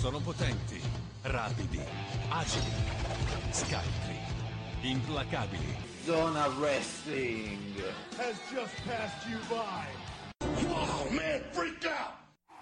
Sono potenti, rapidi, agili, scaltri, implacabili. Zona Wrestling has just passed you by. Wow, man, freak out!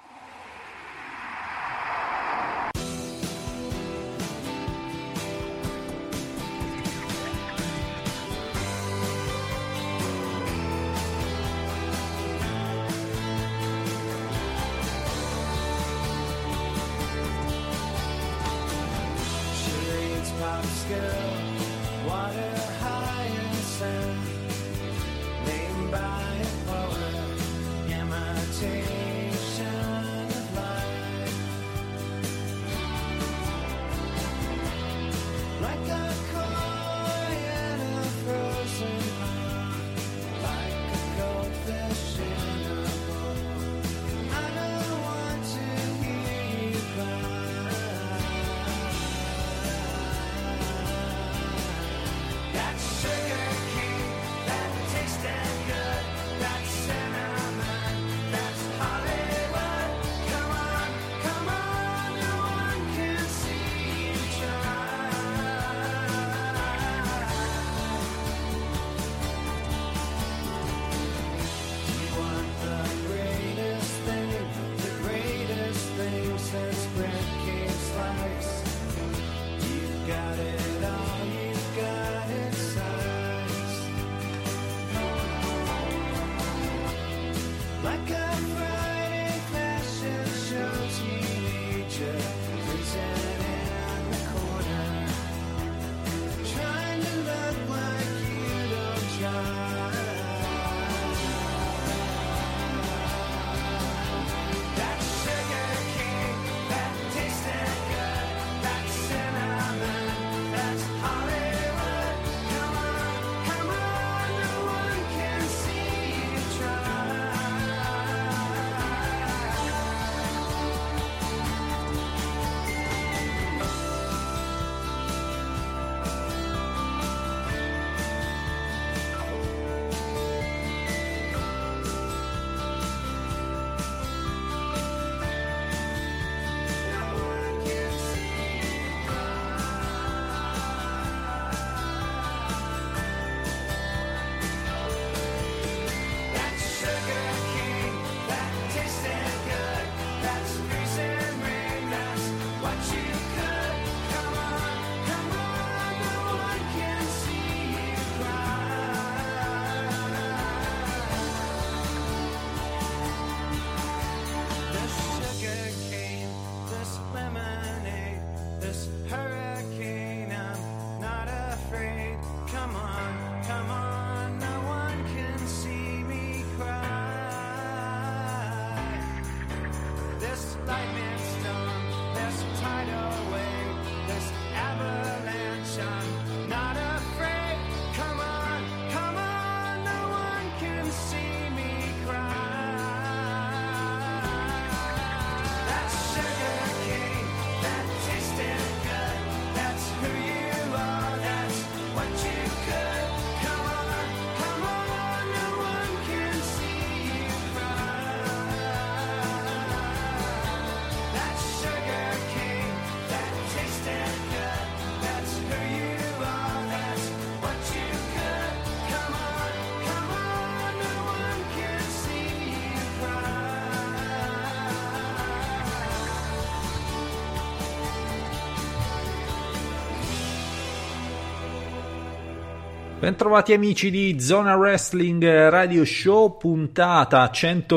Bentrovati amici di Zona Wrestling Radio Show, puntata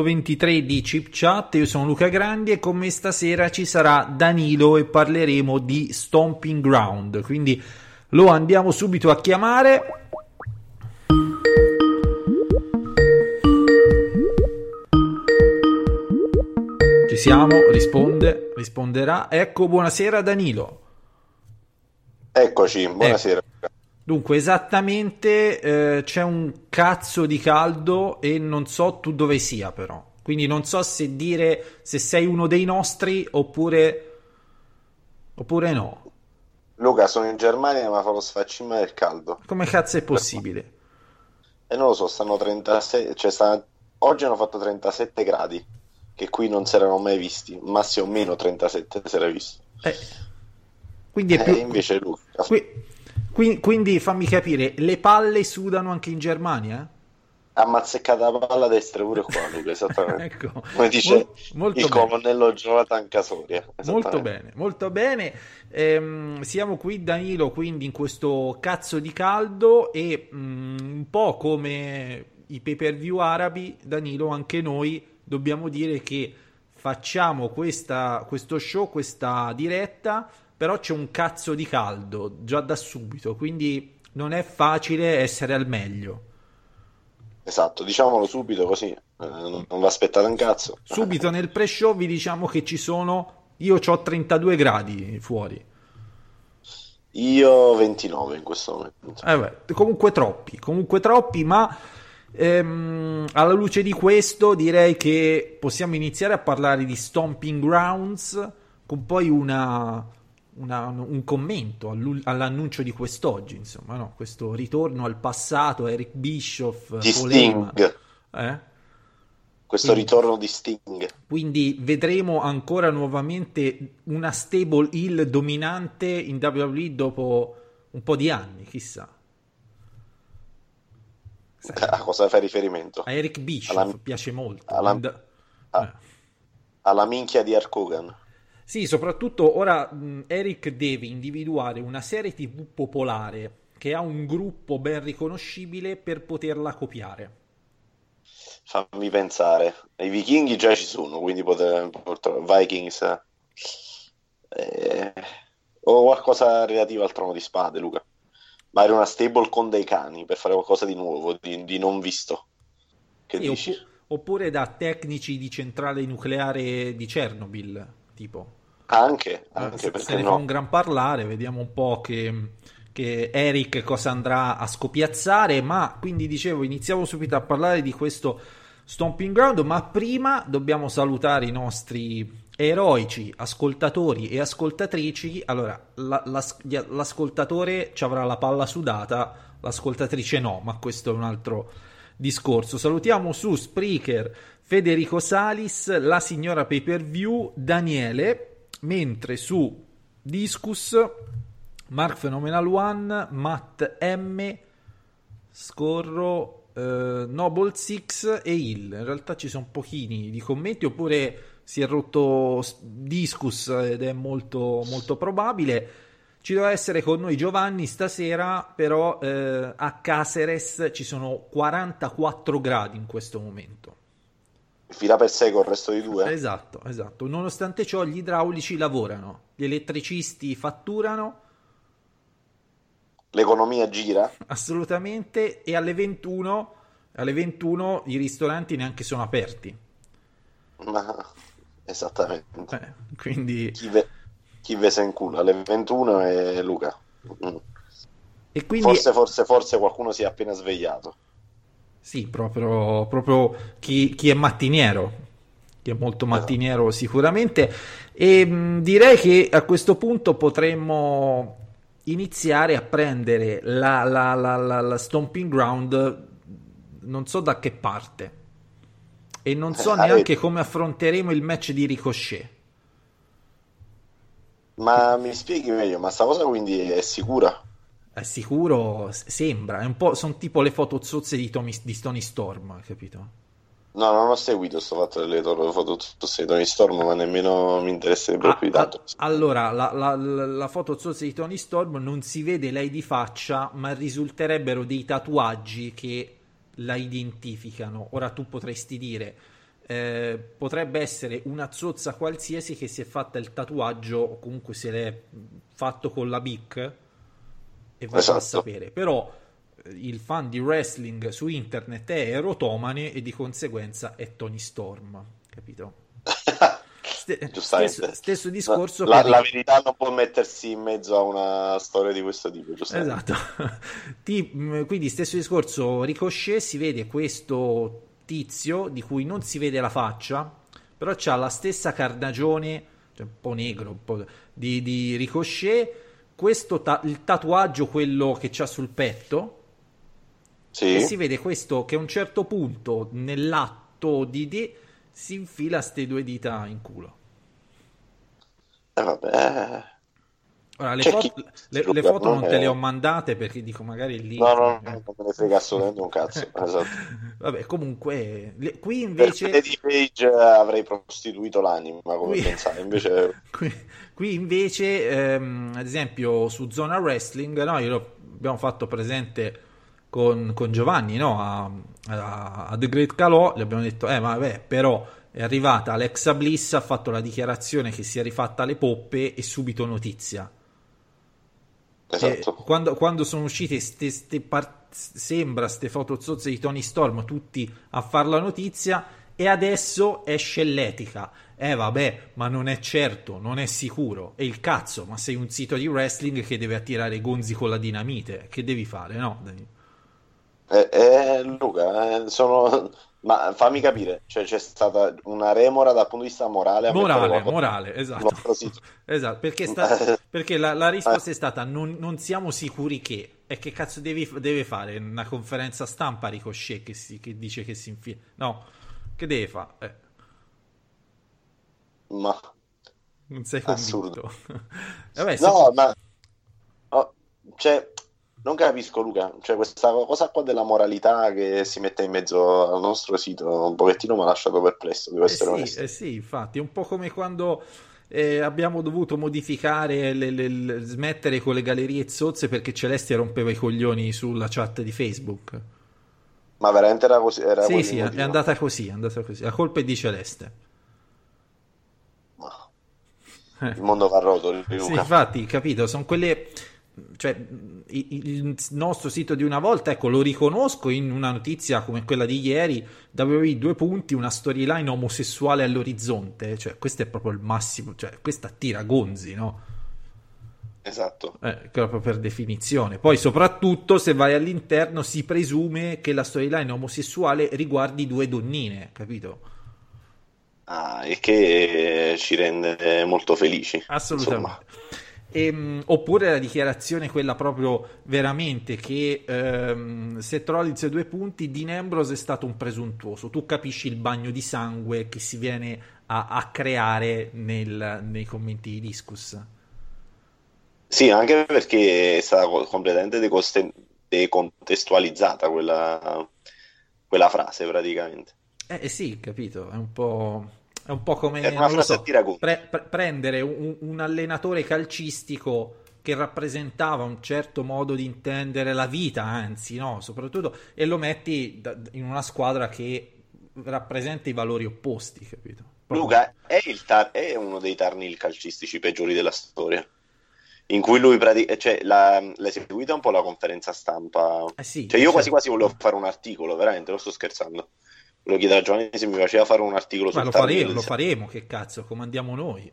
123 di Chip Chat. Io sono Luca Grandi e con me stasera ci sarà Danilo e parleremo di Stomping Ground, quindi lo andiamo subito a chiamare. Ci siamo, risponderà. Ecco, buonasera Danilo. Eccoci, buonasera. Dunque, esattamente c'è un cazzo di caldo e non so tu dove sia, però. Quindi non so se dire se sei uno dei nostri oppure no. Luca, sono in Germania ma fa lo sfaccino del caldo. Come cazzo è possibile? E non lo so, stanno 36, oggi hanno fatto 37 gradi. che qui non si erano mai visti, massimo meno 37 si era visto. Quindi è più... invece lui... Quindi fammi capire, le palle sudano anche in Germania? Ha mazzeccata la palla a destra pure qua, Luca, esattamente. Ecco, come dice molto il bene. colonnello Jonathan Casoria. Molto bene, molto bene. Siamo qui, Danilo, quindi in questo cazzo di caldo e un po' come i pay-per-view arabi, Danilo, anche noi dobbiamo dire che facciamo questo show, questa diretta, però c'è un cazzo di caldo già da subito, quindi non è facile essere al meglio. Esatto, diciamolo subito così non vi aspettate un cazzo. Subito nel pre-show vi diciamo che io ho 32 gradi fuori. Io 29 in questo momento. Comunque troppi, ma alla luce di questo direi che possiamo iniziare a parlare di Stomping Grounds con poi un commento all'annuncio di quest'oggi, insomma, no? Questo ritorno al passato, Eric Bischoff, di polema. Sting. Quindi, ritorno di Sting. Quindi vedremo ancora nuovamente una stable heel dominante in WWE dopo un po' di anni, chissà. A cosa fai riferimento? A Eric Bischoff piace molto. Alla minchia di Hulk Hogan. Sì, soprattutto ora Eric deve individuare una serie TV popolare che ha un gruppo ben riconoscibile per poterla copiare. Fammi pensare, i vichinghi già ci sono, quindi Vikings o qualcosa relativo al Trono di Spade, Luca. Magari una stable con dei cani per fare qualcosa di nuovo, di non visto. Che sì, dici? Oppure da tecnici di centrale nucleare di Chernobyl, tipo. Anche perché se ne fa un gran parlare, vediamo un po' che Eric cosa andrà a scopiazzare, ma quindi dicevo, iniziamo subito a parlare di questo Stomping Ground, ma prima dobbiamo salutare i nostri eroici ascoltatori e ascoltatrici. Allora, l'ascoltatore ci avrà la palla sudata, l'ascoltatrice no, ma questo è un altro discorso. Salutiamo su Spreaker Federico Salis, la signora Pay Per View, Daniele, mentre su Discus Mark Phenomenal One, Matt M, Scorro, Noble Six e Hill. In realtà ci sono pochini di commenti, oppure si è rotto Discus ed è molto, molto probabile. Ci doveva essere con noi Giovanni stasera, però a Caceres ci sono 44 gradi in questo momento. Fila per 6 con il resto di due? Esatto. Nonostante ciò gli idraulici lavorano, gli elettricisti fatturano. L'economia gira? Assolutamente, e alle 21 i ristoranti neanche sono aperti. Esattamente. Quindi... Chi ve se in culo? Alle 21 è Luca. E quindi... Forse qualcuno si è appena svegliato. Sì, proprio chi è mattiniero, chi è molto mattiniero sicuramente. E direi che a questo punto potremmo iniziare a prendere la Stomping Ground, non so da che parte, e non so neanche come affronteremo il match di Ricochet. Ma mi spieghi meglio, ma sta cosa quindi è sicura? È sicuro, sembra, è un po', sono tipo le foto zozze di Tony Storm, capito? No, non ho seguito sto fatto delle foto zozze di Tony Storm, ma nemmeno mi interesserebbe più di tanto. Allora, la foto zozze di Tony Storm non si vede lei di faccia, ma risulterebbero dei tatuaggi che la identificano. Ora tu potresti dire, potrebbe essere una zozza qualsiasi che si è fatta il tatuaggio, o comunque se l'è fatto con la Bic, e vai a sapere. Però il fan di wrestling su internet è erotomane e di conseguenza è Tony Storm, capito? Stesso discorso. La verità non può mettersi in mezzo a una storia di questo tipo, giustamente. Esatto. Quindi stesso discorso. Ricochet, si vede questo tizio di cui non si vede la faccia, però c'ha la stessa carnagione, cioè un po' negro, un po' di Ricochet. Il tatuaggio, quello che c'ha sul petto, sì. E si vede questo che a un certo punto nell'atto si infila ste 2 dita in culo. Vabbè. Ora, C'è chi- le foto non non te è- le ho mandate perché dico magari lì... No, non me ne frega assolutamente un cazzo. Esatto. Vabbè, comunque, qui Per invece... Eddie Page avrei prostituito l'anima, come Qui- pensare, invece qui invece, ad esempio, su Zona Wrestling, noi lo abbiamo fatto presente con Giovanni, no? A The Great Calò, gli abbiamo detto, ma vabbè, però è arrivata Alexa Bliss, ha fatto la dichiarazione che si è rifatta le poppe e subito notizia. esatto. Quando sono uscite sembra ste foto zozze di Tony Storm, tutti a far la notizia, e adesso esce l'etica. Vabbè, ma non è certo, non è sicuro. E il cazzo, ma sei un sito di wrestling che deve attirare gonzi con la dinamite. Che devi fare, no? Luca, ma fammi capire, cioè c'è stata una remora dal punto di vista morale a mettere qualcosa Morale, esatto. sul nostro sito. Esatto, perché la risposta è stata non siamo sicuri che. E che cazzo deve fare? Una conferenza stampa Ricochet che dice che si infila? No, che deve fare? Ma Non sei assurdo. convinto? Vabbè, No, ma cioè, non capisco, Luca, cioè questa cosa qua della moralità che si mette in mezzo al nostro sito un pochettino mi ha lasciato perplesso, devo essere onesto. sì, infatti, è un po' come quando abbiamo dovuto modificare, smettere con le gallerie zozze perché Celestia rompeva i coglioni sulla chat di Facebook. Ma veramente era così? Era Sì, quello sì, il è motivo? andata così, La colpa è di Celeste. Ma il mondo va a rotoli, Sì, Luca. infatti, capito, sono quelle... Cioè, il nostro sito di una volta, ecco, lo riconosco in una notizia come quella di ieri, WWE 2 punti, una storyline omosessuale all'orizzonte, cioè questo è proprio il massimo, cioè questa attira gonzi, no? Esatto. Proprio per definizione. Poi soprattutto se vai all'interno si presume che la storyline omosessuale riguardi 2 donnine, capito? Il che ci rende molto felici. Assolutamente. Insomma. Oppure la dichiarazione quella proprio veramente che Seth Rollins 2 punti, Dean Ambrose è stato un presuntuoso. Tu capisci il bagno di sangue che si viene a creare nei commenti di Discus. Sì, anche perché è stata completamente decontestualizzata quella frase praticamente. Sì, capito, è un po' come, Era una non lo frase so, a tiraconto. prendere un allenatore calcistico che rappresentava un certo modo di intendere la vita, anzi, no, soprattutto, e lo metti in una squadra che rappresenta i valori opposti, capito? Luca è uno dei tarni calcistici peggiori della storia, in cui lui cioè, l'hai seguita un po' la conferenza stampa. Sì, Cioè, io certo. quasi volevo fare un articolo, veramente, non sto scherzando. Volevo chiedere a Giovanni se mi faceva fare un articolo Ma sul tarni lo faremo, che cazzo, comandiamo noi.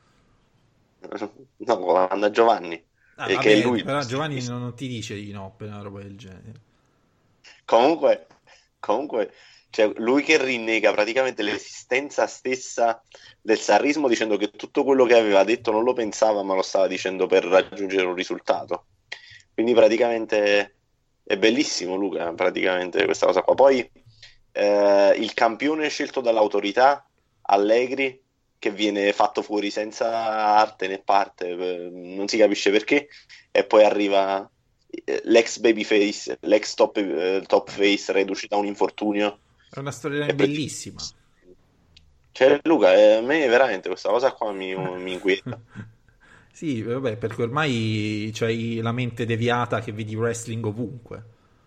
No, comanda Giovanni. Vabbè, Che è lui. però Giovanni non ti dice di no per una roba del genere. Comunque, cioè, lui che rinnega praticamente l'esistenza stessa del sarrismo dicendo che tutto quello che aveva detto non lo pensava, ma lo stava dicendo per raggiungere un risultato. Quindi praticamente è bellissimo, Luca, praticamente questa cosa qua. Poi il campione scelto dall'autorità, Allegri, che viene fatto fuori senza arte né parte, non si capisce perché, e poi arriva l'ex babyface, l'ex top face reduce da un infortunio. È una storia bellissima. Cioè, Luca, a me veramente questa cosa qua mi inquieta. Sì, vabbè, perché ormai c'hai la mente deviata che vedi wrestling ovunque.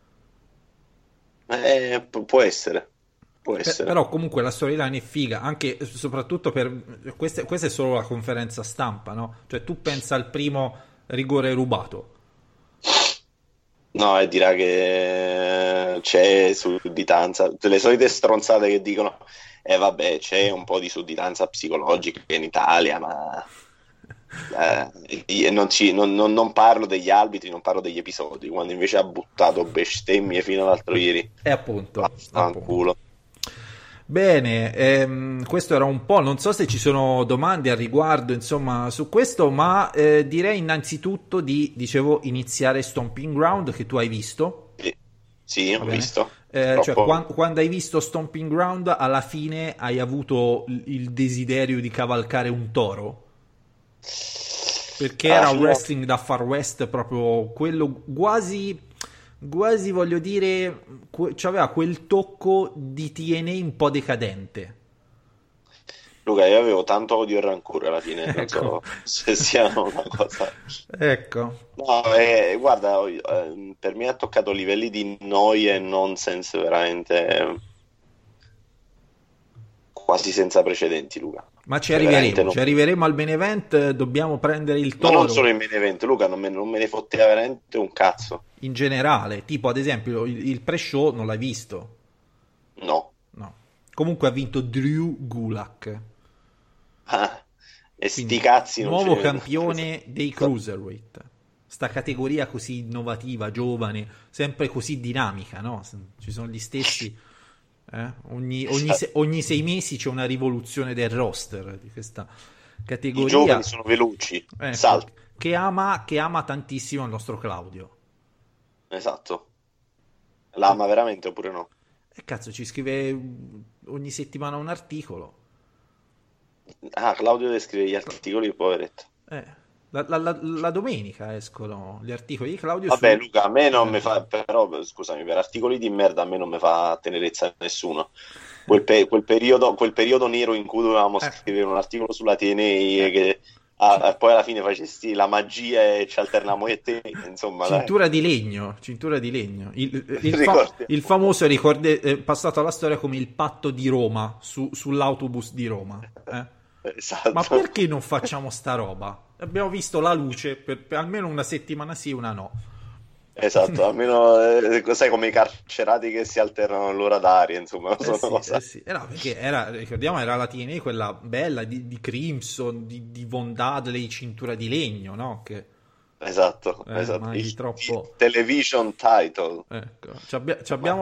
Può essere. Però comunque la storyline è figa, anche soprattutto per questa è solo la conferenza stampa, no? Cioè tu pensa al primo rigore rubato. No, e dirà che c'è sudditanza, le solite stronzate che dicono vabbè, c'è un po' di sudditanza psicologica in Italia, ma non parlo degli arbitri, non parlo degli episodi, quando invece ha buttato bestemmie fino all'altro ieri. E appunto. Culo. Bene, questo era un po', non so se ci sono domande al riguardo, insomma, su questo, ma direi innanzitutto di, dicevo, iniziare Stomping Ground, che tu hai visto. Sì, ho visto. Cioè, quando hai visto Stomping Ground, alla fine hai avuto il desiderio di cavalcare un toro? Perché era un wrestling da Far West, proprio quello quasi voglio dire, c'aveva quel tocco di TNA un po' decadente. Luca, io avevo tanto odio e rancore alla fine, non so se sia una cosa. Ecco. No, guarda, per me ha toccato livelli di noia e nonsense veramente quasi senza precedenti, Luca. Ma ci arriveremo al main event, dobbiamo prendere il toro. Ma non solo il main event, Luca, non me ne fotteva veramente un cazzo. In generale, tipo ad esempio il pre-show non l'hai visto? No. Comunque ha vinto Drew Gulak. E sti cazzi non nuovo campione dei Cruiserweight. Sta categoria così innovativa, giovane, sempre così dinamica, no? Ci sono gli stessi... Ogni 6 mesi c'è una rivoluzione del roster di questa categoria. I giovani sono veloci, salto. Che ama tantissimo il nostro Claudio. Esatto. L'ama veramente oppure no? Cazzo, ci scrive ogni settimana un articolo. Claudio deve scrivere gli articoli, poveretto. La domenica escono gli articoli di Claudio. Vabbè, Luca, a me non mi fa, però scusami, per articoli di merda a me non mi fa tenerezza nessuno. Quel periodo nero in cui dovevamo scrivere un articolo sulla TNA che poi alla fine facesti la magia e ci alterniamo io e te, insomma. Cintura di legno. Il famoso passato alla storia come il patto di Roma sull'autobus di Roma. Esatto. Ma perché non facciamo sta roba? Abbiamo visto la luce per almeno una settimana sì, una no. Esatto, almeno sai, come i carcerati che si alternano l'ora d'aria, insomma. Sì. No, perché ricordiamo, era la TNA quella bella di Crimson, di Von Dudley, cintura di legno, no? Esatto. Il television title. Ecco. Abbiamo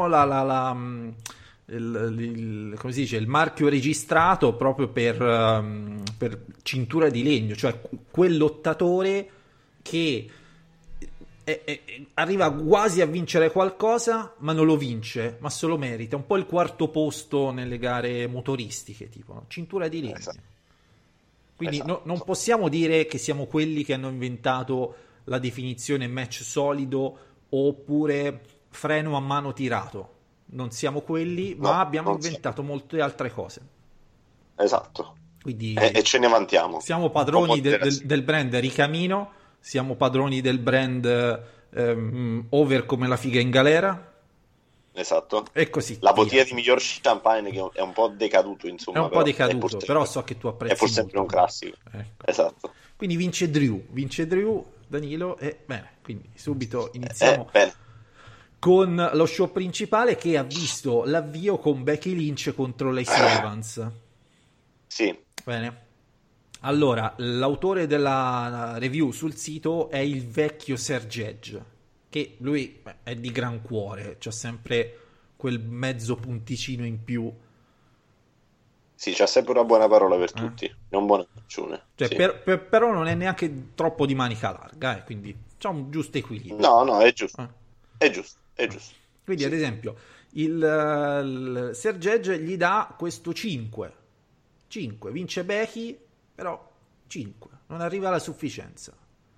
come si dice, il marchio registrato proprio per cintura di legno, cioè quel lottatore che arriva quasi a vincere qualcosa ma non lo vince, ma se lo merita, un po' il quarto posto nelle gare motoristiche, tipo, no? Cintura di legno. Quindi non possiamo dire che siamo quelli che hanno inventato la definizione match solido oppure freno a mano tirato. Non siamo quelli, ma abbiamo inventato molte altre cose. Esatto. Quindi, e ce ne vantiamo. Siamo padroni del brand Ricamino, siamo padroni del brand Over come la figa in galera. Esatto. E così. La bottiglia di miglior champagne che è un po' decaduto, insomma. È un po' decaduto, però so che tu apprezzi. È pur sempre un classico. Ecco. Esatto. Quindi vince Drew, Danilo, e bene, quindi subito iniziamo. Bene. Con lo show principale che ha visto l'avvio con Becky Lynch contro Lacey Evans. Sì. Bene. Allora, l'autore della review sul sito è il vecchio Serge Edge, che lui è di gran cuore, c'ha sempre quel mezzo punticino in più. Sì, c'ha sempre una buona parola per tutti, è un buon accione. Cioè, sì. Però non è neanche troppo di manica larga, quindi c'ha un giusto equilibrio. No, è giusto. È giusto. Quindi, ad esempio, il Serge Edge gli dà questo 5. Vince Becky, però 5. Non arriva alla sufficienza.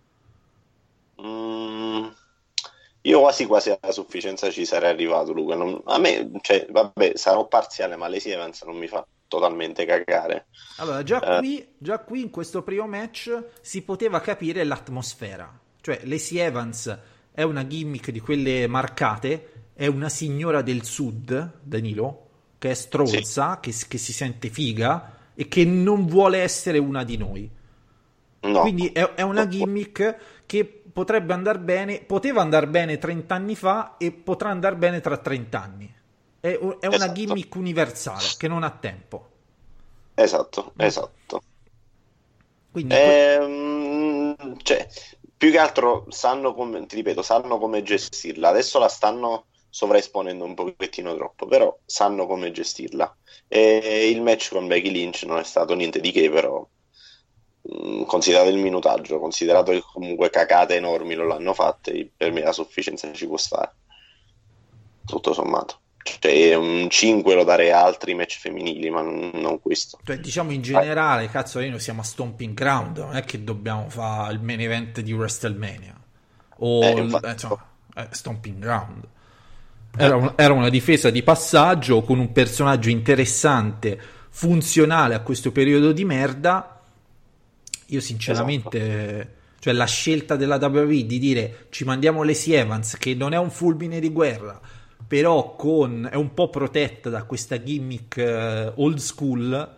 Io quasi alla sufficienza ci sarei arrivato, Luca. A me, cioè, vabbè, sarò parziale, ma Lacey Evans non mi fa totalmente cagare. Allora, già qui in questo primo match si poteva capire l'atmosfera. Cioè, Lacey Evans è una gimmick di quelle marcate, è una signora del sud, Danilo, che è stronza, sì, che si sente figa e che non vuole essere una di noi. No. Quindi è una gimmick che potrebbe andare bene, poteva andare bene 30 anni fa e potrà andare bene tra 30 anni. È una gimmick universale che non ha tempo. Esatto. Quindi cioè, più che altro sanno come gestirla. Adesso la stanno sovraesponendo un pochettino troppo, però sanno come gestirla. E il match con Becky Lynch non è stato niente di che, però considerato il minutaggio, considerato che comunque cacate enormi non l'hanno fatte, per me la sufficienza ci può stare. tutto sommato. Cioè, un 5 lo darei a altri match femminili, ma non questo. Cioè, diciamo in generale, cazzo, noi siamo a Stomping Ground, non è che dobbiamo fare il main event di WrestleMania o Stomping Ground. Era una difesa di passaggio con un personaggio interessante, funzionale a questo periodo di merda. Io sinceramente, cioè la scelta della WWE di dire ci mandiamo Lacey Evans, che non è un fulmine di guerra, però è un po' protetta da questa gimmick old school.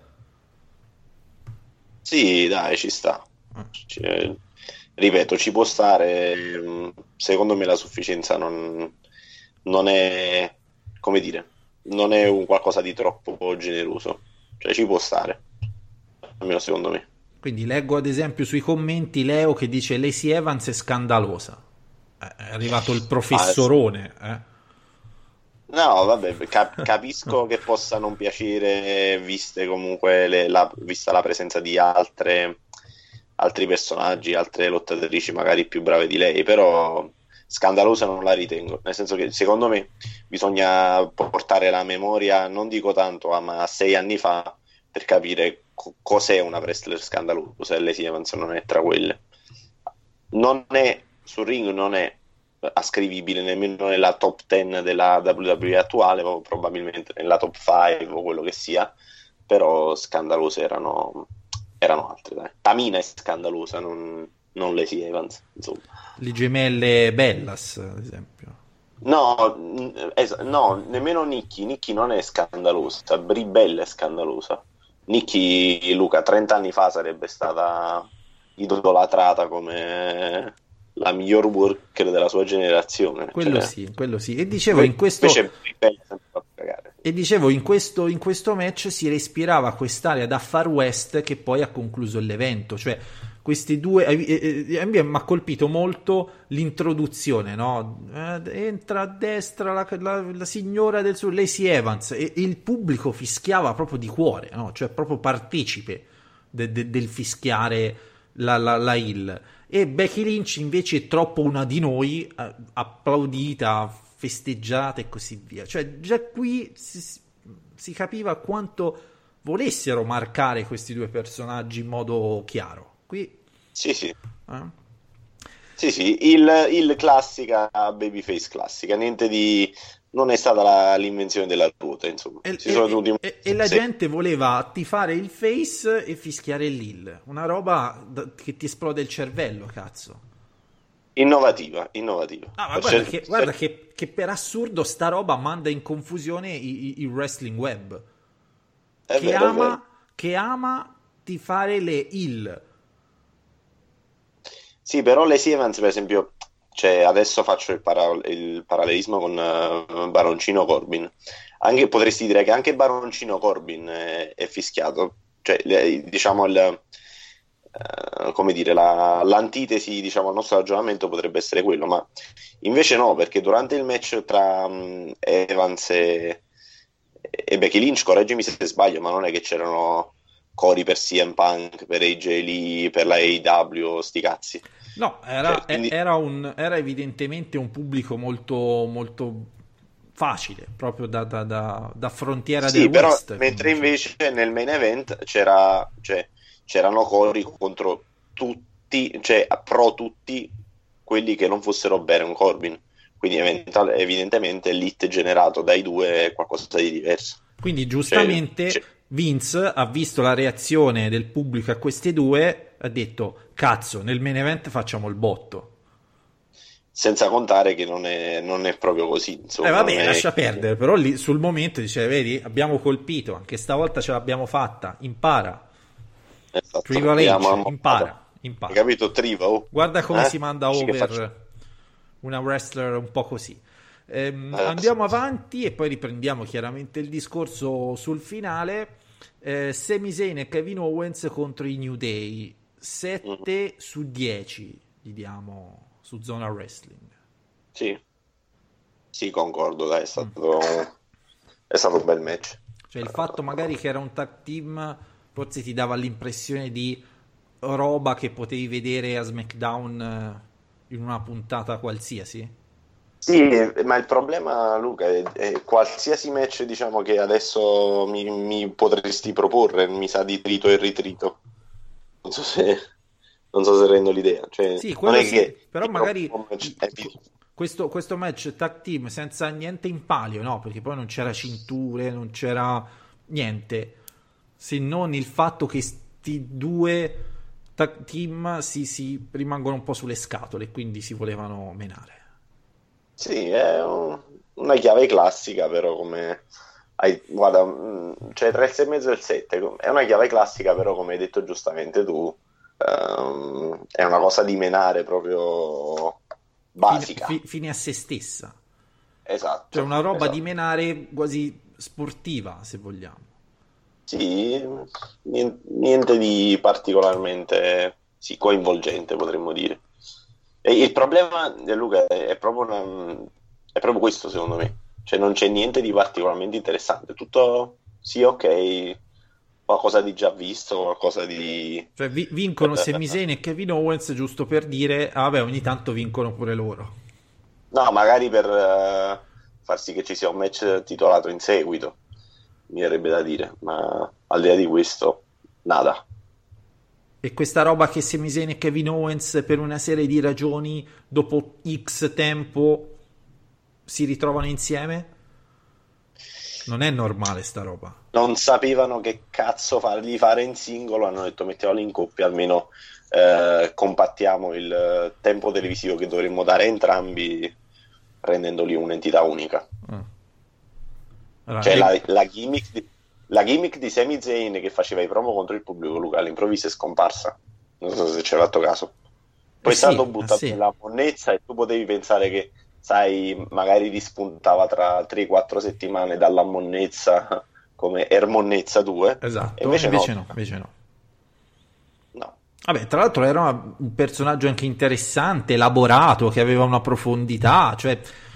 Sì, dai, ci sta. Ripeto, ci può stare. Secondo me la sufficienza non è, come dire, non è un qualcosa di troppo generoso. Cioè, ci può stare, almeno secondo me. Quindi leggo ad esempio sui commenti Leo che dice Lacey Evans è scandalosa. È arrivato il professorone, No, vabbè, capisco che possa non piacere, viste comunque vista la presenza di altri personaggi, altre lottatrici magari più brave di lei, però scandalosa non la ritengo, nel senso che secondo me bisogna portare la memoria, non dico tanto, ma a 6 anni fa, per capire cos'è una wrestler scandalosa, e Lacey Evans non è tra quelle. Non è, sul ring non è ascrivibile nemmeno nella top 10 della WWE attuale, o probabilmente nella top 5 o quello che sia, però scandalose erano altre, dai. Tamina è scandalosa, non Lacey Evans, insomma. Le gemelle Bellas ad esempio. No, nemmeno Nikki non è scandalosa, Brie Bella è scandalosa. Nikki, Luca, 30 anni fa sarebbe stata idolatrata come la miglior worker della sua generazione. Quello sì. E dicevo in questo in questo match si respirava quest'area da Far West che poi ha concluso l'evento, cioè questi due mi ha colpito molto l'introduzione, no? Entra a destra la signora del suo Lacey Evans e il pubblico fischiava proprio di cuore, no? Cioè proprio partecipe del fischiare la heel. E Becky Lynch invece è troppo una di noi, applaudita, festeggiata e così via. Cioè già qui si capiva quanto volessero marcare questi due personaggi in modo chiaro. Qui sì. Sì, il classica babyface classica, niente di... Non è stata l'invenzione della ruota, insomma. E la gente voleva tifare il face e fischiare l'hill. Una roba che ti esplode il cervello, cazzo. Innovativa. Ma guarda che per assurdo sta roba manda in confusione il wrestling web. Che ama tifare le hill. Sì, però Lacey Evans, per esempio, cioè, adesso faccio il parallelismo con Baroncino Corbin. Potresti dire che anche Baroncino Corbin è fischiato. Cioè, diciamo, come dire, l'antitesi, diciamo, al nostro ragionamento potrebbe essere quello, ma invece no, perché durante il match tra Evans e Becky Lynch, correggimi se sbaglio, ma non è che c'erano cori per CM Punk, per AJ Lee, per la AEW, sti cazzi. No, era evidentemente un pubblico molto, molto facile, proprio da frontiera del West. Però, mentre invece nel main event c'erano cori contro tutti, cioè pro tutti quelli che non fossero Baron Corbin. Quindi evidentemente l'hit generato dai due è qualcosa di diverso. Quindi giustamente Vince ha visto la reazione del pubblico a queste due, ha detto cazzo, nel main event facciamo il botto. Senza contare che non è proprio così, insomma. Vabbè, lascia perdere, però lì sul momento dice, vedi, abbiamo colpito, anche stavolta ce l'abbiamo fatta, impara. Esatto. Triple H, impara. Hai capito, Trivo? Guarda come si manda over una wrestler un po' così. Andiamo avanti e poi riprendiamo chiaramente il discorso sul finale. Sami Zayn e Kevin Owens contro i New Day, 7 su 10 gli diamo su Zona Wrestling. Sì, concordo, dai, è stato un bel match. Cioè il fatto magari che era un tag team forse ti dava l'impressione di roba che potevi vedere a SmackDown in una puntata qualsiasi. Sì, ma il problema, Luca, è qualsiasi match, diciamo, che adesso mi potresti proporre, mi sa di trito e ritrito. Non so se, non so se rendo l'idea. Cioè, Sì, non quello è sì, che però magari di- questo match tag team senza niente in palio, no? Perché poi non c'era cinture, non c'era niente, se non il fatto che sti due tag team si rimangono un po' sulle scatole e quindi si volevano menare. sì, è una chiave classica, però come guarda, cioè tra il 6 e mezzo e il 7, è una chiave classica, però come hai detto giustamente tu, è una cosa di menare proprio basica. Fine a se stessa. Cioè Esatto, una roba di esatto. menare quasi sportiva, se vogliamo. Sì, niente di particolarmente sì, coinvolgente, potremmo dire. E il problema, Luca, è proprio questo, secondo me. Cioè, non c'è niente di particolarmente interessante. Tutto, sì, ok, qualcosa di già visto, qualcosa di... Cioè vincono Sami Zayn e Kevin Owens giusto per dire, ah, vabbè, ogni tanto vincono pure loro. No, magari per far sì che ci sia un match titolato in seguito, mi verrebbe da dire, ma al di là di questo, nada. E questa roba che Sami Zayn e Kevin Owens per una serie di ragioni dopo X tempo si ritrovano insieme? Non è normale sta roba. Non sapevano che cazzo fargli fare in singolo, hanno detto mettiamolo in coppia, almeno compattiamo il tempo televisivo che dovremmo dare a entrambi, rendendoli un'entità unica. Allora, Cioè la gimmick di Sami Zayn che faceva i promo contro il pubblico, Luca, all'improvviso è scomparsa. Non so se ci hai fatto caso. Poi è stato buttato sì. nella monnezza e tu potevi pensare che, sai, magari rispuntava tra 3-4 settimane dalla monnezza come Ermonnezza 2. Esatto, E invece no, invece no. no. Vabbè, tra l'altro era un personaggio anche interessante, elaborato, che aveva una profondità, cioè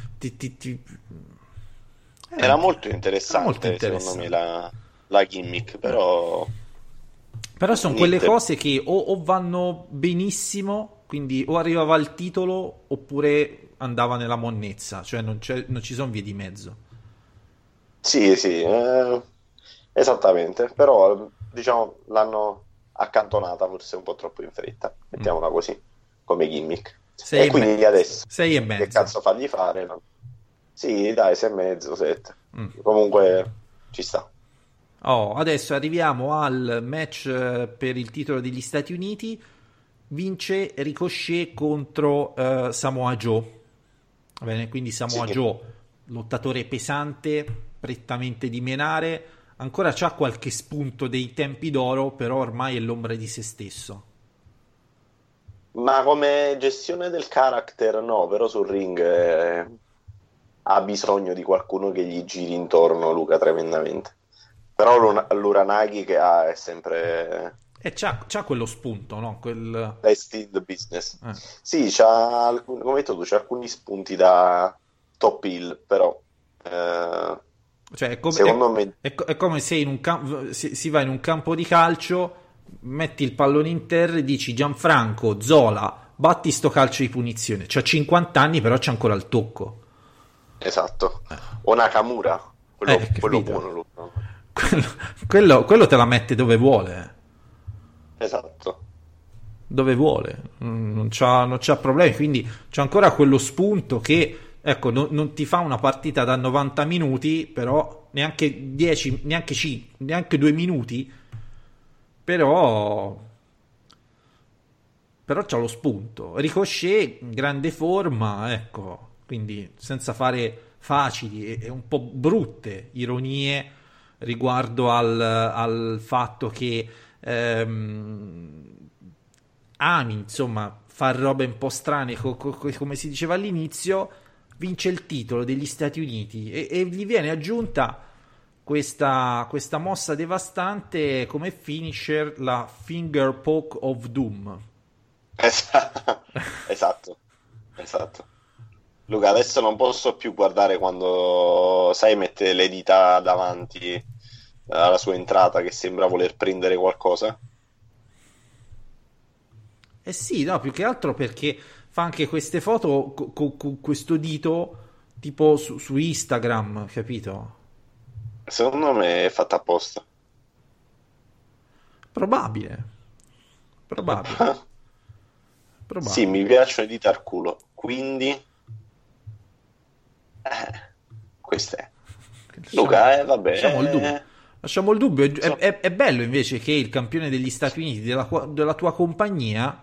Era molto era interessante, molto secondo me, interessante. la gimmick, però Però sono quelle niente. cose che o vanno benissimo, quindi o arrivava al titolo oppure andava nella monnezza, cioè non ci sono vie di mezzo. Sì, sì, esattamente, però diciamo l'hanno accantonata forse un po' troppo in fretta, mettiamola così, come gimmick. E quindi adesso, Sei e che mezzo. cazzo fargli fare? No? Sì, dai, 6 e mezzo, 7. Mm. Comunque ci sta. Oh, adesso arriviamo al match per il titolo degli Stati Uniti. Vince Ricochet contro Samoa Joe. Va bene, quindi Samoa Sì. Joe, lottatore pesante, prettamente di menare, ancora c'ha qualche spunto dei tempi d'oro, però ormai è l'ombra di se stesso. Ma come gestione del character no, però sul ring ha bisogno di qualcuno che gli giri intorno, Luca, tremendamente. Però l'Uranagi che ha è sempre E c'ha quello spunto, no? best in the business. Eh. Sì, come hai detto tu, c'ha alcuni spunti da top heel, però Cioè, secondo me è come se si va in un campo di calcio, metti il pallone in terra e dici Gianfranco, Zola, batti sto calcio di punizione. C'ha 50 anni, però c'ha ancora il tocco. esatto. O Nakamura, quello Capito? buono, Luca. Quello te la mette dove vuole. Esatto. Dove vuole, non c'ha problemi, quindi c'è ancora quello spunto che, ecco, non ti fa una partita da 90 minuti, però neanche 10, neanche 2 minuti, però c'ha lo spunto. Ricochet in grande forma, ecco, quindi senza fare facili e un po' brutte ironie riguardo al fatto che ami, insomma, fare robe un po' strane, come si diceva all'inizio, vince il titolo degli Stati Uniti e gli viene aggiunta questa mossa devastante come finisher, la Finger Poke of Doom. Esatto. Esatto. Luca, adesso non posso più guardare quando, sai, mette le dita davanti alla sua entrata che sembra voler prendere qualcosa. Eh sì, no, più che altro perché fa anche queste foto con questo dito tipo su Instagram, capito? Secondo me è fatta apposta. Probabile. Sì, mi piacciono i dita al culo, quindi questo è. Luca, vabbè. Lasciamo il dubbio. È bello invece che il campione degli Stati Uniti della tua compagnia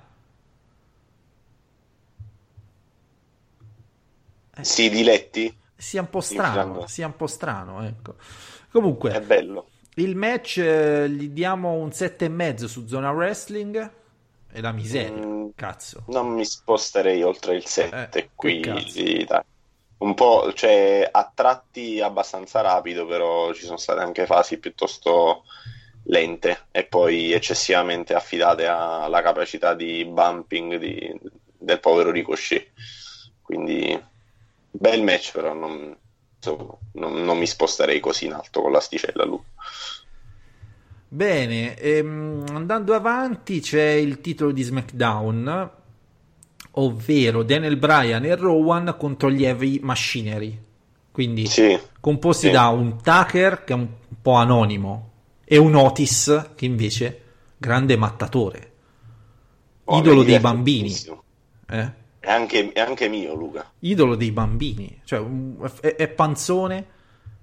si diletti? Sia un po' strano, ecco. Comunque è bello. Il match gli diamo un 7,5 su Zona Wrestling. È la miseria, cazzo. Non mi sposterei oltre il 7 qui, dai. Un po', cioè, a tratti abbastanza rapido, però ci sono state anche fasi piuttosto lente e poi eccessivamente affidate alla capacità di bumping del povero Ricochet. Quindi bel match, però non mi sposterei così in alto con l'asticella lui. Bene, andando avanti c'è il titolo di SmackDown, ovvero Daniel Bryan e Rowan contro gli Heavy Machinery, quindi composti da un Tucker che è un po' anonimo e un Otis che invece grande mattatore, idolo dei bambini. È anche mio, Luca. Idolo dei bambini, cioè è panzone.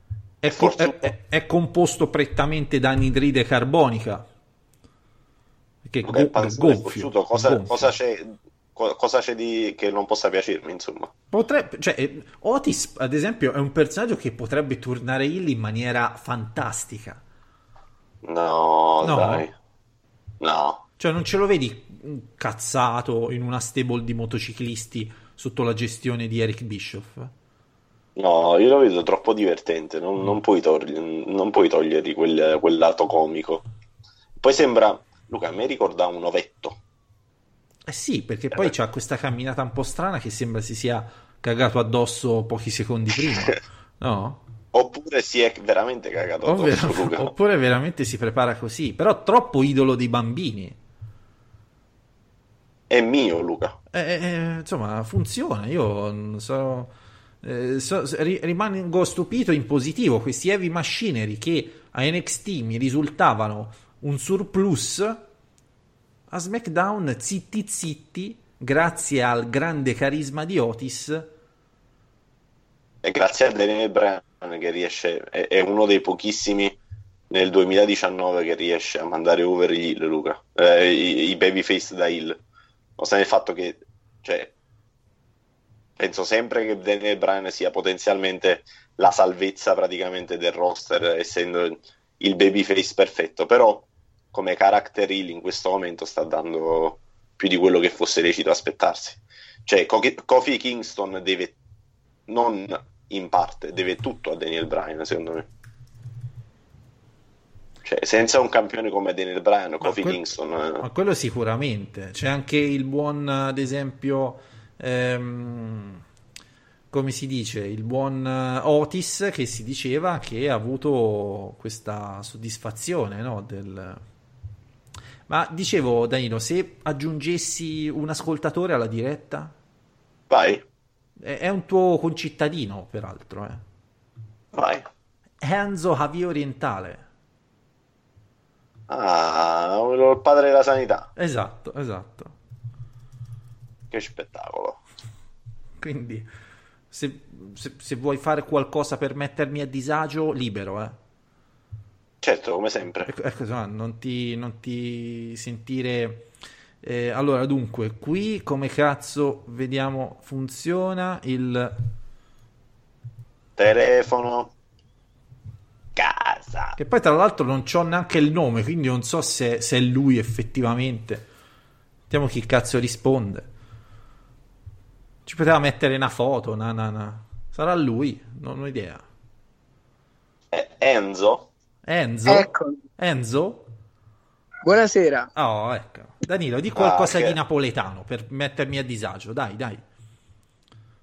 È composto prettamente da anidride carbonica. Che gonfio. Cosa c'è di che non possa piacermi, insomma? Otis, ad esempio, è un personaggio che potrebbe tornare heel in maniera fantastica. No, dai. No. Cioè, non ce lo vedi cazzato in una stable di motociclisti sotto la gestione di Eric Bischoff? No, io lo vedo troppo divertente, non puoi togliergli quel lato comico. Poi sembra, Luca, a me ricorda un ovetto. Sì, perché poi c'ha questa camminata un po' strana che sembra si sia cagato addosso pochi secondi prima, no? Oppure si è veramente cagato addosso, Luca. Oppure veramente si prepara così, però troppo idolo dei bambini. È mio, Luca. Insomma, funziona, io non so... rimango stupito in positivo. Questi Heavy Machinery che a NXT mi risultavano un surplus, a SmackDown zitti grazie al grande carisma di Otis e grazie a Daniel Bryan che riesce, è uno dei pochissimi nel 2019 che riesce a mandare over gli heel, Luca, i babyface da heel, nonostante il fatto che, cioè, penso sempre che Daniel Bryan sia potenzialmente la salvezza praticamente del roster, essendo il babyface perfetto, però come character heel in questo momento sta dando più di quello che fosse lecito aspettarsi. Cioè Kofi Kingston deve, non in parte, deve tutto a Daniel Bryan, secondo me. Cioè, senza un campione come Daniel Bryan, Kofi Kingston... Ma quello sicuramente. C'è anche il buon, ad esempio... come si dice, il buon Otis, che si diceva che ha avuto questa soddisfazione, no? Ma dicevo, Danilo, se aggiungessi un ascoltatore alla diretta? Vai. È un tuo concittadino, peraltro. Vai. Enzo Javier Orientale. Ah, il padre della sanità. Esatto. Che spettacolo. Quindi, se vuoi fare qualcosa per mettermi a disagio, libero, Certo, come sempre. Ecco, non ti sentire... allora, dunque, qui come cazzo vediamo funziona il... Telefono. Casa. Che poi tra l'altro non c'ho neanche il nome, quindi non so se è lui effettivamente. Vediamo chi cazzo risponde. Ci poteva mettere una foto, sarà lui, non ho idea. Enzo? Ecco. Enzo? Buonasera. Oh, ecco. Danilo, di qualcosa di napoletano per mettermi a disagio, dai.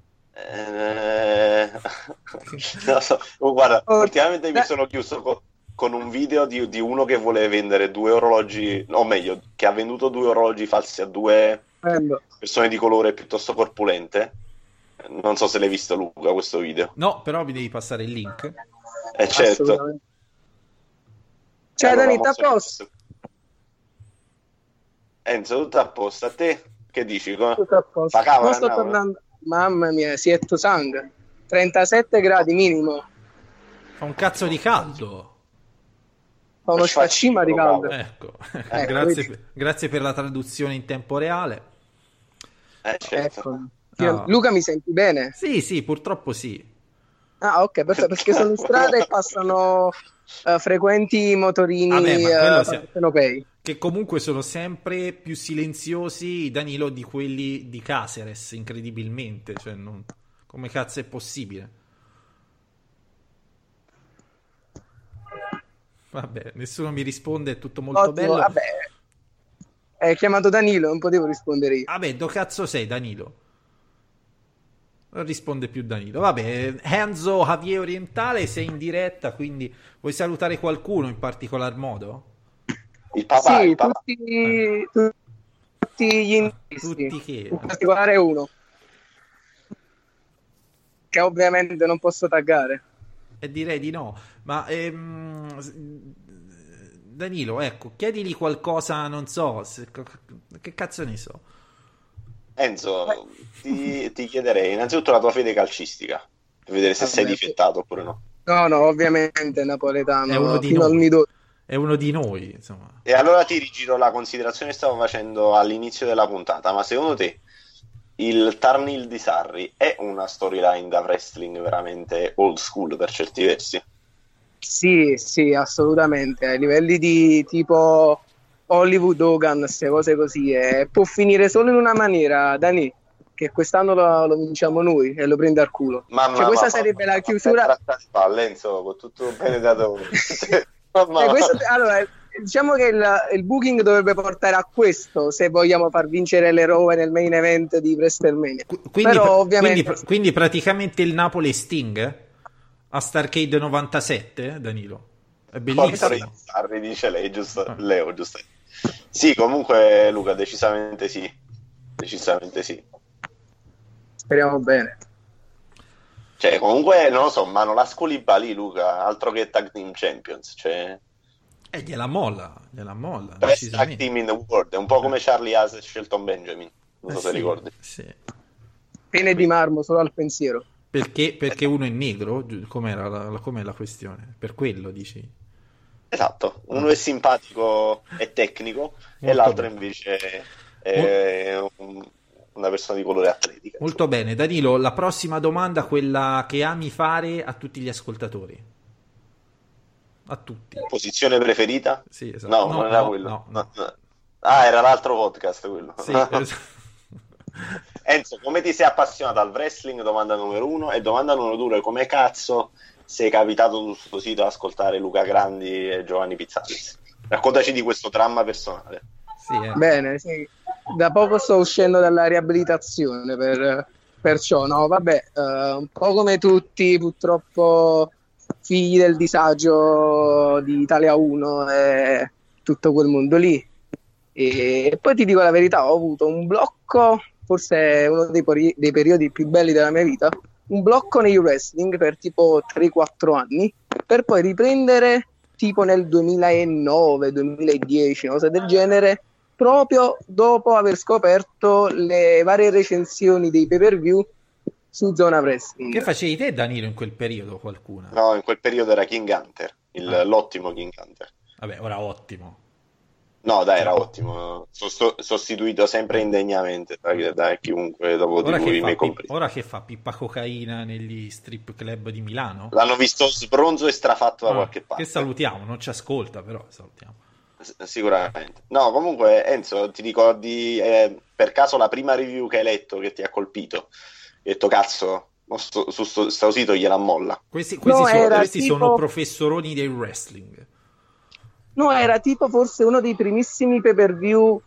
Non so. Guarda, ultimamente mi sono chiuso con un video di uno che vuole vendere 2 orologi, o meglio, che ha venduto 2 orologi falsi a 2 persone di colore piuttosto corpulente. Non so se l'hai visto, Luca, questo video. No, però mi devi passare il link. Certo. Cioè, allora, Danita, a posto. Enzo, tutto a posto. A te che dici? Tutto a posto. Non sto tornando. Mamma mia, sietto sangue. 37 gradi minimo. Fa un cazzo di caldo. Fa uno sfaccima di caldo. Ecco. Grazie per la traduzione in tempo reale. Certo. Ecco. Luca, mi senti bene? Sì, purtroppo sì. Ah, ok, perfetto, perché sono in strada e passano frequenti motorini europei. Che comunque sono sempre più silenziosi, Danilo, di quelli di Caceres, incredibilmente. Cioè, come cazzo è possibile? Vabbè, nessuno mi risponde, è tutto molto bello. Vabbè, hai chiamato Danilo, non potevo rispondere io. Vabbè, do cazzo sei, Danilo? Non risponde più Danilo. Vabbè, Enzo Javier Orientale, sei in diretta, quindi vuoi salutare qualcuno in particolar modo? Il papà, sì, il papà. tutti gli indizi, Tutti che? in particolare uno che ovviamente non posso taggare. E direi di no. Ma Danilo, ecco, chiedigli qualcosa, non so, che cazzo ne so. Enzo, ti chiederei innanzitutto la tua fede calcistica, per vedere se sei difettato oppure no. No, ovviamente napoletano. È uno di fino noi. Al midollo. È uno di noi, insomma. E allora ti rigiro la considerazione che stavo facendo all'inizio della puntata, ma secondo te il Tarnil di Sarri è una storyline da wrestling veramente old school per certi versi? Sì, assolutamente. A livelli di tipo Hollywood Hogan, queste cose così, può finire solo in una maniera, Dani, che quest'anno lo vinciamo noi e lo prende al culo. Questa sarebbe la chiusura. Enzo, con tutto bene dato. Allora, diciamo che il booking dovrebbe portare a questo, se vogliamo far vincere l'eroe nel main event di WrestleMania. Quindi praticamente il Napoli Sting a Starrcade 97, Danilo. È bellissimo. Sarri dice lei, giusto? Leo, giusto? Sì, comunque Luca, decisamente sì. Speriamo bene. Cioè, comunque, non lo so, ma non la Sculibali, Luca, altro che Tag Team Champions, cioè... gliela molla. Best Tag Team in the World, è un po' come Charlie Haas e Shelton Benjamin, non so se ricordi. Sì. Pene di marmo, solo al pensiero. Perché uno è negro? Com'è la questione? Per quello, dici? Esatto, uno è simpatico e tecnico e l'altro invece è una persona di colore atletica. Molto bene, Danilo, la prossima domanda, quella che ami fare a tutti gli ascoltatori. A tutti. Posizione preferita? Sì, esatto. No, non era quello. No. Ah, era l'altro podcast quello. Sì, esatto. Enzo, come ti sei appassionato al wrestling? Domanda numero 1. E domanda numero 2, come cazzo sei capitato sul suo sito ad ascoltare Luca Grandi e Giovanni Pizzalis? Raccontaci di questo dramma personale. Bene, sì. Da poco sto uscendo dalla riabilitazione, perciò no, vabbè, un po' come tutti, purtroppo figli del disagio di Italia 1 e tutto quel mondo lì. E poi ti dico la verità, ho avuto un blocco, forse uno dei periodi più belli della mia vita, un blocco nei wrestling per tipo 3-4 anni, per poi riprendere tipo nel 2009-2010, cose del genere, proprio dopo aver scoperto le varie recensioni dei pay-per-view su Zona Wrestling. Che facevi te, Danilo, in quel periodo, qualcuna? No, in quel periodo era King Hunter, l'ottimo King Hunter. Vabbè, ora ottimo. No, dai, era ottimo. Sostituito sempre indegnamente da chiunque dopo di lui, me compresi. Ora che fa pippa cocaina negli strip club di Milano? L'hanno visto sbronzo e strafatto da qualche parte. Che salutiamo, non ci ascolta, però salutiamo. Sicuramente. No, comunque, Enzo, ti ricordi per caso la prima review che hai letto che ti ha colpito? Hai detto, cazzo, su sto sito gliela molla. Questi sono professoroni del wrestling. No, era tipo forse uno dei primissimi pay-per-view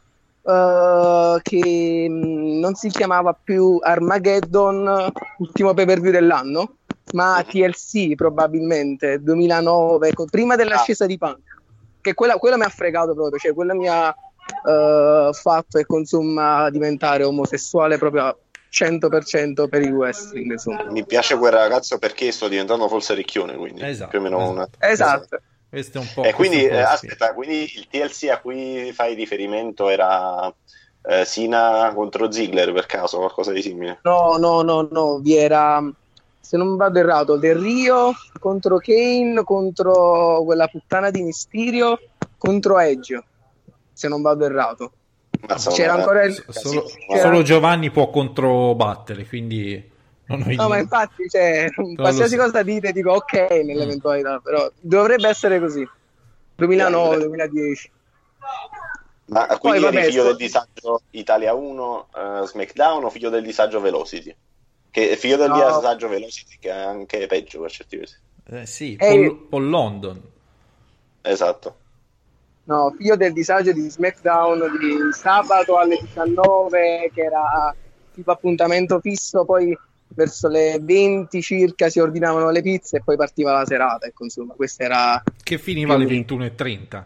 che non si chiamava più Armageddon, ultimo pay-per-view dell'anno, ma TLC probabilmente 2009, prima dell'ascesa di Punk, che quella mi ha fregato proprio, cioè quella mi ha fatto e consuma diventare omosessuale proprio a 100% per il wrestling, insomma. Mi piace quel ragazzo perché sto diventando forse ricchione, quindi più o meno esatto. Questo è un po'. E quindi aspetta, quindi il TLC a cui fai riferimento era Cena contro Ziggler, per caso, qualcosa di simile? No, vi era, se non vado errato, Del Rio contro Kane, contro quella puttana di Mysterio, contro Edge, se non vado errato. C'era ancora solo Giovanni può controbattere, quindi no, ma infatti, cioè, qualsiasi cosa dite dico ok nell'eventualità, però dovrebbe essere così. 2009-2010. Ma quindi eri figlio del disagio Italia 1 SmackDown o figlio del disagio Velocity? Che figlio del disagio Velocity, che è anche peggio per certi versi. Sì, Paul London. Esatto. No, figlio del disagio di SmackDown di sabato alle 19, che era tipo appuntamento fisso, poi verso le 20 circa si ordinavano le pizze e poi partiva la serata, ecco, insomma, questa era... Che finiva alle 21:30.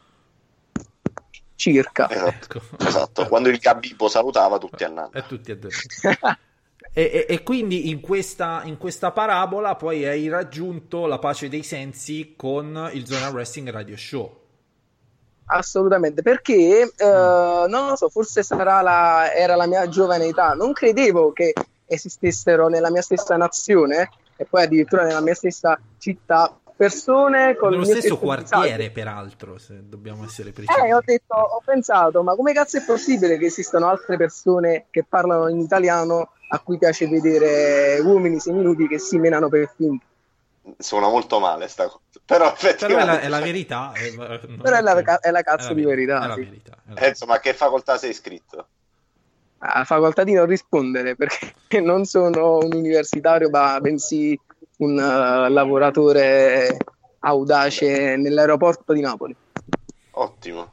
Circa. Esatto. Quando il Gabibbo salutava tutti a nanna. E tutti a e quindi in questa parabola poi hai raggiunto la pace dei sensi con il Zona Wrestling Radio Show. Assolutamente, perché non lo so, forse era la mia giovane età, non credevo che esistessero nella mia stessa nazione e poi addirittura nella mia stessa città persone con nello il mio stesso quartiere disagio. Peraltro, se dobbiamo essere precisi. Ho pensato, ma come cazzo è possibile che esistano altre persone che parlano in italiano a cui piace vedere uomini seminuti che si menano per finta? Suona molto male sta cosa, però effettivamente è la verità. Però è la cazzo di verità. È la sì. verità. Insomma, a che facoltà sei iscritto? La facoltà di non rispondere, perché non sono un universitario, ma bensì un lavoratore audace nell'aeroporto di Napoli. Ottimo.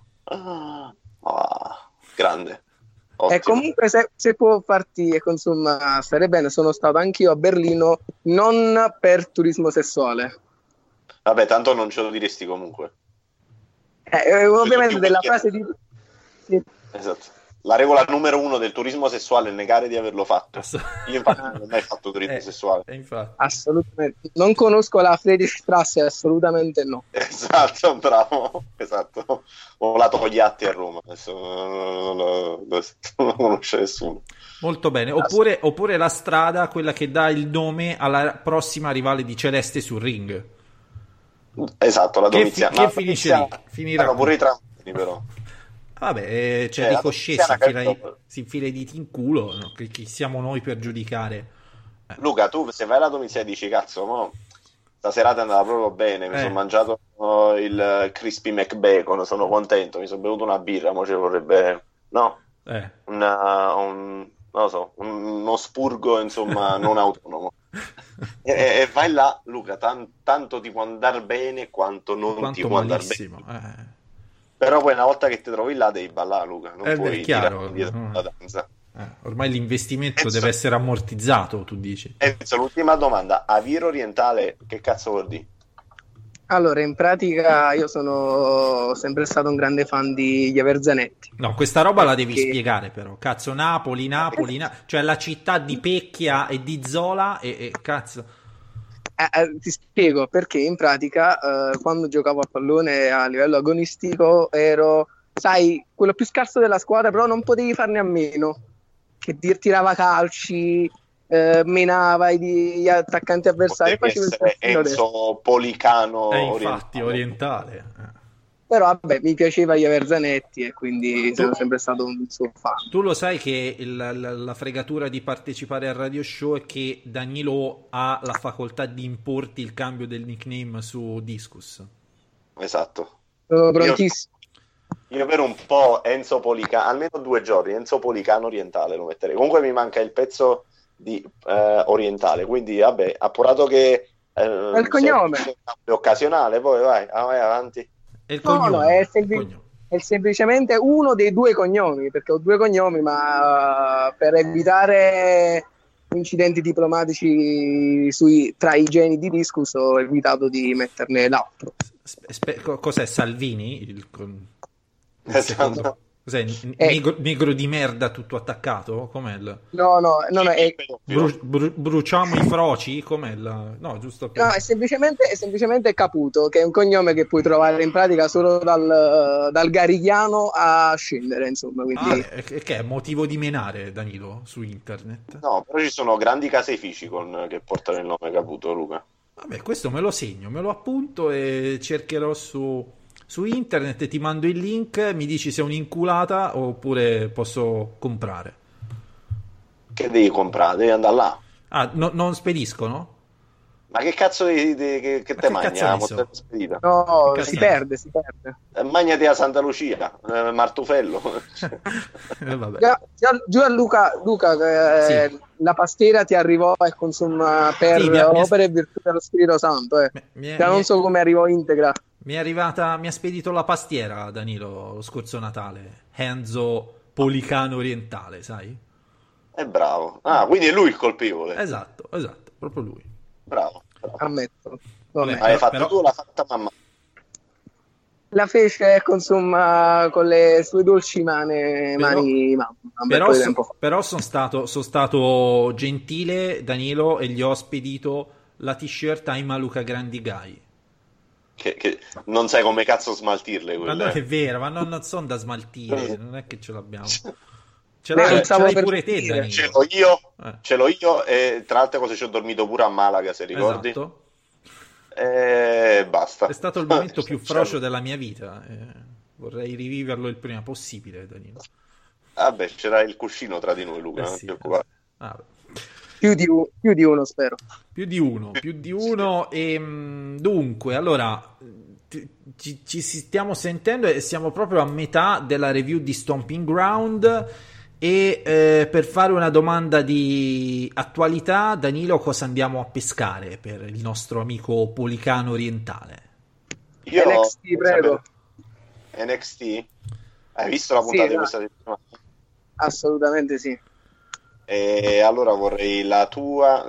Grande. Ottimo. E comunque se può farti insomma stare bene, sono stato anch'io a Berlino non per turismo sessuale. Vabbè, tanto non ce lo diresti comunque. Ovviamente della frase di... Sì. Esatto. La regola numero 1 del turismo sessuale è negare di averlo fatto. Io infatti non ho mai fatto turismo sessuale. Assolutamente. Non conosco la Friedrichstrasse, assolutamente no. Esatto, bravo. Esatto. Ho la Togliatti a Roma. Adesso non lo conosce nessuno. Molto bene. Oppure la strada, quella che dà il nome alla prossima rivale di Celeste sul ring. Esatto, la Domiziana. Che finisce lì. Finirà pure i trampini, però. Vabbè, c'è Rico Scesi, si infila i diti in culo, no? Chi siamo noi per giudicare? Luca, tu se vai alla Domizia e dici cazzo, mo sta serata è andata proprio bene, mi sono mangiato il Crispy McBacon, sono contento, mi sono bevuto una birra, mo ci vorrebbe, no? Non lo so, uno spurgo, insomma, non autonomo. E vai là, Luca, tanto ti può andare bene quanto non ti può andare bene. Però poi una volta che ti trovi là devi ballare, Luca, non puoi tirare dietro la danza. Ormai l'investimento deve essere ammortizzato, tu dici. Enzo, l'ultima domanda, Aviro Orientale che cazzo vuol dire? Allora, in pratica io sono sempre stato un grande fan di Javier Zanetti. No, questa roba la devi spiegare però, cazzo, Napoli, cioè la città di Pecchia e di Zola e cazzo... Ti spiego perché in pratica quando giocavo a pallone a livello agonistico ero, sai, quello più scarso della squadra, però non potevi farne a meno, che tirava calci, menava gli attaccanti avversari. Potevi essere Enzo Policano infatti orientale. Però vabbè, mi piaceva Javier Zanetti e quindi sono sempre stato un suo fan. Tu lo sai che la fregatura di partecipare al radio show è che Danilo ha la facoltà di importi il cambio del nickname su Discus. Esatto. Sono prontissimo. Io per un po' Enzo Policano, almeno 2 giorni, Enzo Policano orientale lo metterei. Comunque mi manca il pezzo di orientale, quindi vabbè, appurato che il cognome è occasionale, poi vai avanti. No, è semplicemente uno dei 2 cognomi, perché ho 2 cognomi, ma per evitare incidenti diplomatici tra i geni di Discus, ho evitato di metterne l'altro. Cos'è Salvini? Il Esatto. secondo... Cos'è? Negro di merda tutto attaccato? Com'è No, è... bruciamo i froci? Com'è No, giusto per... No, è semplicemente Caputo, che è un cognome che puoi trovare in pratica solo dal garigliano a scendere, insomma. Quindi... che è motivo di menare, Danilo, su internet? No, però ci sono grandi caseifici che portano il nome Caputo, Luca. Vabbè, questo me lo segno, me lo appunto e cercherò su internet, ti mando il link, mi dici se è un'inculata oppure posso comprare. Che devi comprare? Devi andare là. Ah, non spediscono? Ma che cazzo che te magna? No, si perde. Magnati a Santa Lucia, Martufello. Vabbè. Luca, sì. La pastiera ti arrivò insomma per opere e virtù dello Spirito Santo. Non so come arrivò integra. Mi ha spedito la pastiera, Danilo, lo scorso Natale. Enzo Policano Orientale, sai? È bravo. Ah, quindi è lui il colpevole. Esatto, proprio lui. Bravo. Ammetto. L'hai fatto tu o l'ha fatta mamma? La fece insomma con le sue dolci mani però sono stato gentile, Danilo, e gli ho spedito la t-shirt I'm a Luca Grandi Guy. Che non sai come cazzo smaltirle quelle. Ma no, è vero, ma non sono da smaltire, non è che ce l'abbiamo. Ce l'hai pure te, Danilo. Ce l'ho io e tra altre cose ci ho dormito pure a Malaga, se ricordi. Esatto. E basta. È stato il momento più frocio della mia vita. Vorrei riviverlo il prima possibile, Danilo. Vabbè, c'era il cuscino tra di noi, Luca. Sì, più di uno, spero. Più di uno. E dunque, allora ci stiamo sentendo e siamo proprio a metà della review di Stomping Ground. E per fare una domanda di attualità, Danilo, cosa andiamo a pescare per il nostro amico Policano Orientale? NXT, prego. NXT? Hai visto la puntata di questa settimana? Assolutamente sì. E allora vorrei la tua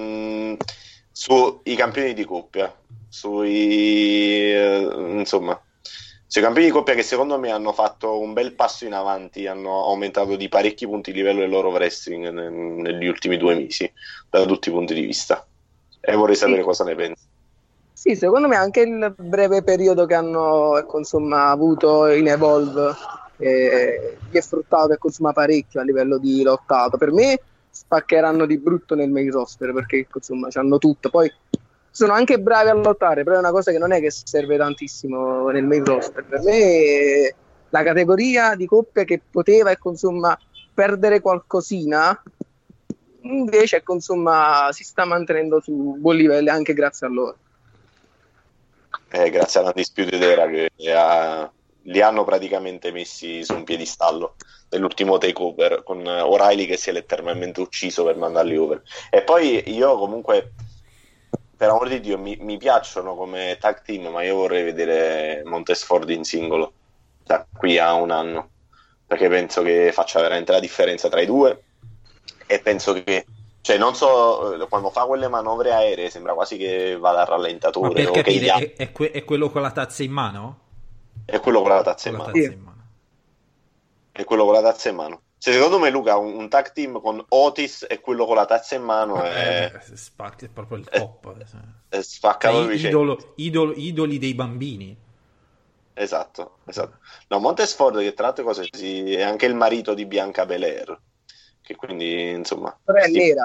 sui campioni di coppia, sui campioni di coppia che secondo me hanno fatto un bel passo in avanti, hanno aumentato di parecchi punti di livello il loro wrestling negli ultimi 2 mesi, da tutti i punti di vista. E vorrei sapere cosa ne pensi. Sì, secondo me anche il breve periodo che hanno avuto in Evolve li è fruttato parecchio a livello di lottato. Per me spaccheranno di brutto nel main roster perché c'hanno tutto. Poi sono anche bravi a lottare, però è una cosa che non è che serve tantissimo nel main roster. Per me la categoria di coppia che poteva perdere qualcosina, invece si sta mantenendo su buon livello anche grazie a loro. Grazie all'Undisputed Era che li hanno praticamente messi su un piedistallo nell'ultimo takeover, con O'Reilly che si è letteralmente ucciso per mandarli over. E poi io comunque, per amor di Dio, mi piacciono come tag team, ma io vorrei vedere Montesford in singolo da qui a un anno, perché penso che faccia veramente la differenza tra i due, e penso che, non so, quando fa quelle manovre aeree sembra quasi che vada al rallentatore. Ma per capire, è quello con la tazza in mano? È quello con la tazza in mano. È quello con la tazza in mano. Secondo me, Luca, un tag team con Otis e quello con la tazza in mano è proprio il top. È spaccato idoli dei bambini. Esatto. No, Montesford, che tra l'altre cose è anche il marito di Bianca Belair, che quindi insomma però è nera.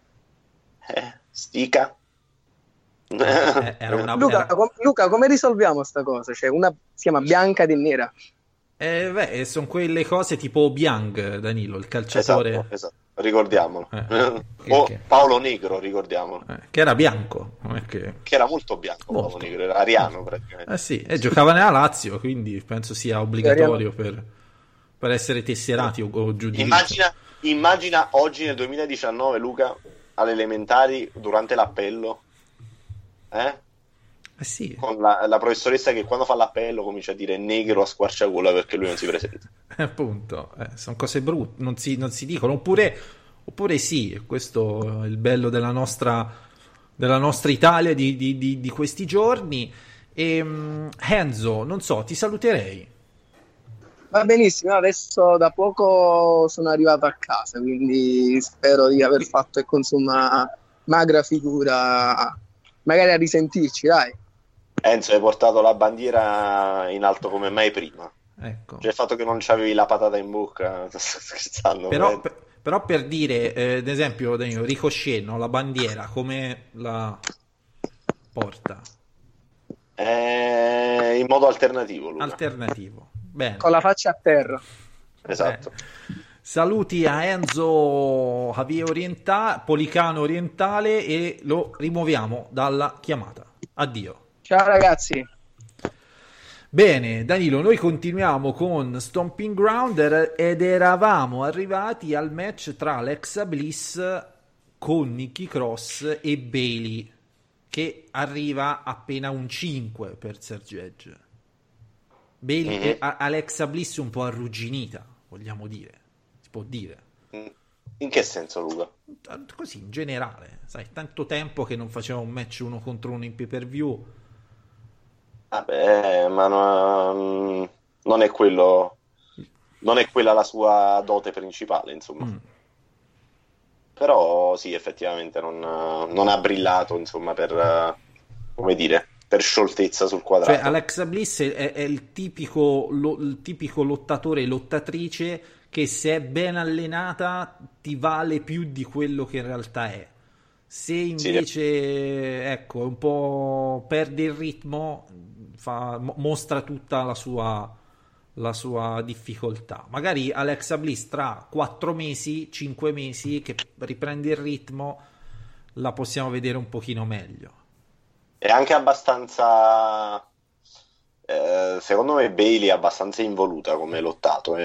Stica. Luca, come risolviamo sta cosa? Una si chiama Bianca ed è nera. Sono quelle cose tipo Obiang, Danilo, il calciatore. Esatto. Ricordiamolo. Paolo Negro, ricordiamolo. Che era bianco. Che era molto bianco, molto. Paolo Negro, era ariano praticamente. Sì, e giocava nella Lazio, quindi penso sia obbligatorio per essere tesserati o giù di Immagina oggi nel 2019, Luca, alle elementari, durante l'appello, sì. Con la professoressa che quando fa l'appello comincia a dire negro a squarciagola perché lui non si presenta. Appunto, sono cose brutte, non si dicono. Oppure sì, questo è il bello della nostra Italia di questi giorni. E Enzo, non so, ti saluterei. Va benissimo, adesso da poco sono arrivato a casa, quindi spero di aver fatto insomma magra figura, magari a risentirci, dai. Enzo, hai portato la bandiera in alto come mai prima. Ecco. Cioè il fatto che non c'avevi la patata in bocca, sto scherzando. Però per dire, ad esempio, Danilo, Ricochet, no? La bandiera, come la porta? In modo alternativo, Luca. Alternativo. Bene. Con la faccia a terra. Esatto. Saluti a Enzo Javier Policano Orientale e lo rimuoviamo dalla chiamata. Addio. Ciao ragazzi. Bene, Danilo, noi continuiamo con Stomping Ground ed eravamo arrivati al match tra Alexa Bliss con Nikki Cross e Bayley, che arriva appena un 5 per Sergio Edge. Bayley e Alexa Bliss un po' arrugginita, vogliamo dire, si può dire. In che senso, Luca? Così, in generale, sai, tanto tempo che non faceva un match uno contro uno in pay-per-view. Vabbè, ma non è quello, non è quella la sua dote principale, insomma. Però sì, effettivamente non ha brillato, insomma, per come dire, per scioltezza sul quadrato. Cioè, Alexa Bliss è il tipico lottatore e lottatrice che, se è ben allenata, ti vale più di quello che in realtà è. Se invece, ecco, un po' perde il ritmo, mostra tutta la sua difficoltà. Magari Alexa Bliss tra 4 mesi, 5 mesi, che riprende il ritmo, la possiamo vedere un pochino meglio. È anche abbastanza, secondo me Bayley è abbastanza involuta come lottato,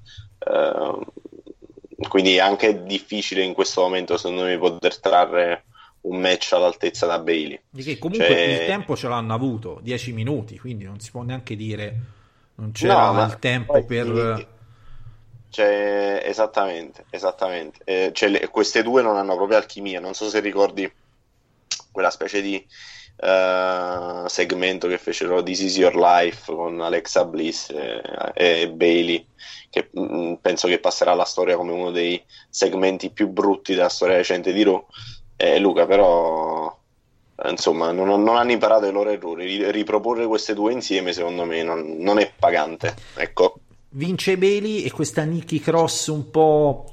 quindi è anche difficile in questo momento, secondo me, poter trarre un match all'altezza da Bayley. Di che comunque il tempo ce l'hanno avuto, 10 minuti, quindi non si può neanche dire non c'era il tempo per... Cioè, esattamente. Queste due non hanno proprio alchimia. Non so se ricordi quella specie di segmento che fecero This Is Your Life con Alexa Bliss e Bayley, che penso che passerà alla storia come uno dei segmenti più brutti della storia recente di Raw. Luca, però insomma non hanno imparato i loro errori. Riproporre queste due insieme, secondo me, non è pagante, ecco. Vince Bayley e questa Nikki Cross un po'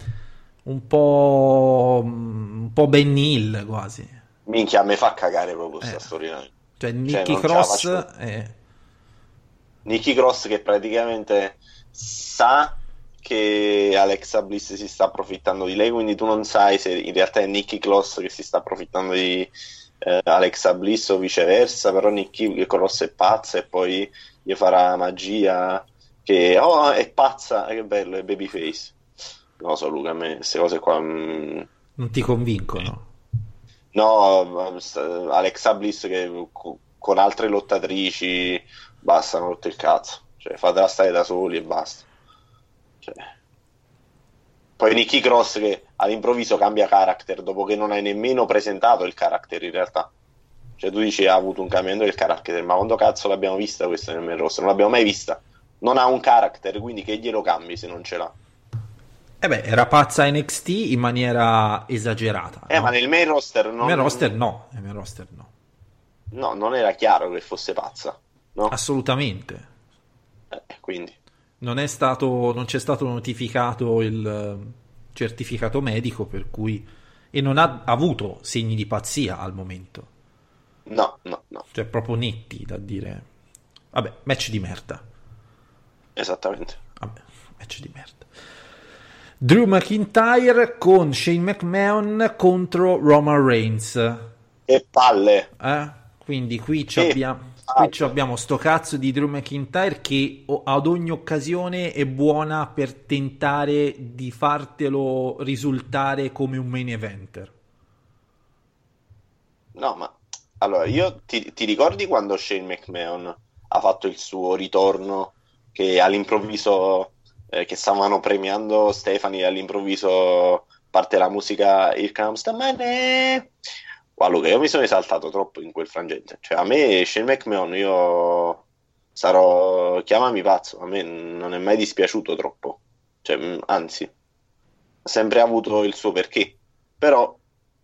Ben Hill quasi. Minchia, me fa cagare proprio questa storia. Cioè Nikki Cross Nikki Cross che praticamente sa che Alexa Bliss si sta approfittando di lei, quindi tu non sai se in realtà è Nikki Cross che si sta approfittando di Alexa Bliss o viceversa, però Nikki Cross è pazza e poi gli farà magia che è pazza, che bello, è babyface. Non lo so, Luca, a me queste cose qua non ti convincono. No, Alexa Bliss che con altre lottatrici basta, hanno rotto il cazzo, cioè fatela stare da soli e basta. Cioè. Poi Nikki Cross che all'improvviso cambia character dopo che non hai nemmeno presentato il character, in realtà. Cioè tu dici ha avuto un cambiamento del character, ma quando cazzo l'abbiamo vista questa nel main roster? Non l'abbiamo mai vista. Non ha un character, quindi che glielo cambi se non ce l'ha? Era pazza NXT in maniera esagerata, no? Ma nel main roster no. Nel main roster no. No, non era chiaro che fosse pazza, no? Assolutamente. Quindi non c'è stato notificato il certificato medico, per cui, e non ha avuto segni di pazzia al momento. No. Cioè proprio netti da dire. Vabbè, match di merda. Esattamente. Vabbè, match di merda. Drew McIntyre con Shane McMahon contro Roman Reigns. E palle. Quindi qui abbiamo sto cazzo di Drew McIntyre che ad ogni occasione è buona per tentare di fartelo risultare come un main eventer. No, ma allora io ti ricordi quando Shane McMahon ha fatto il suo ritorno, che all'improvviso che stavano premiando Stephanie, all'improvviso parte la musica Here Comes the Money. Wow, Luca, io mi sono esaltato troppo in quel frangente. Cioè, a me Shane McMahon, io sarò, chiamami pazzo, a me non è mai dispiaciuto troppo. Cioè, anzi, ha sempre avuto il suo perché. Però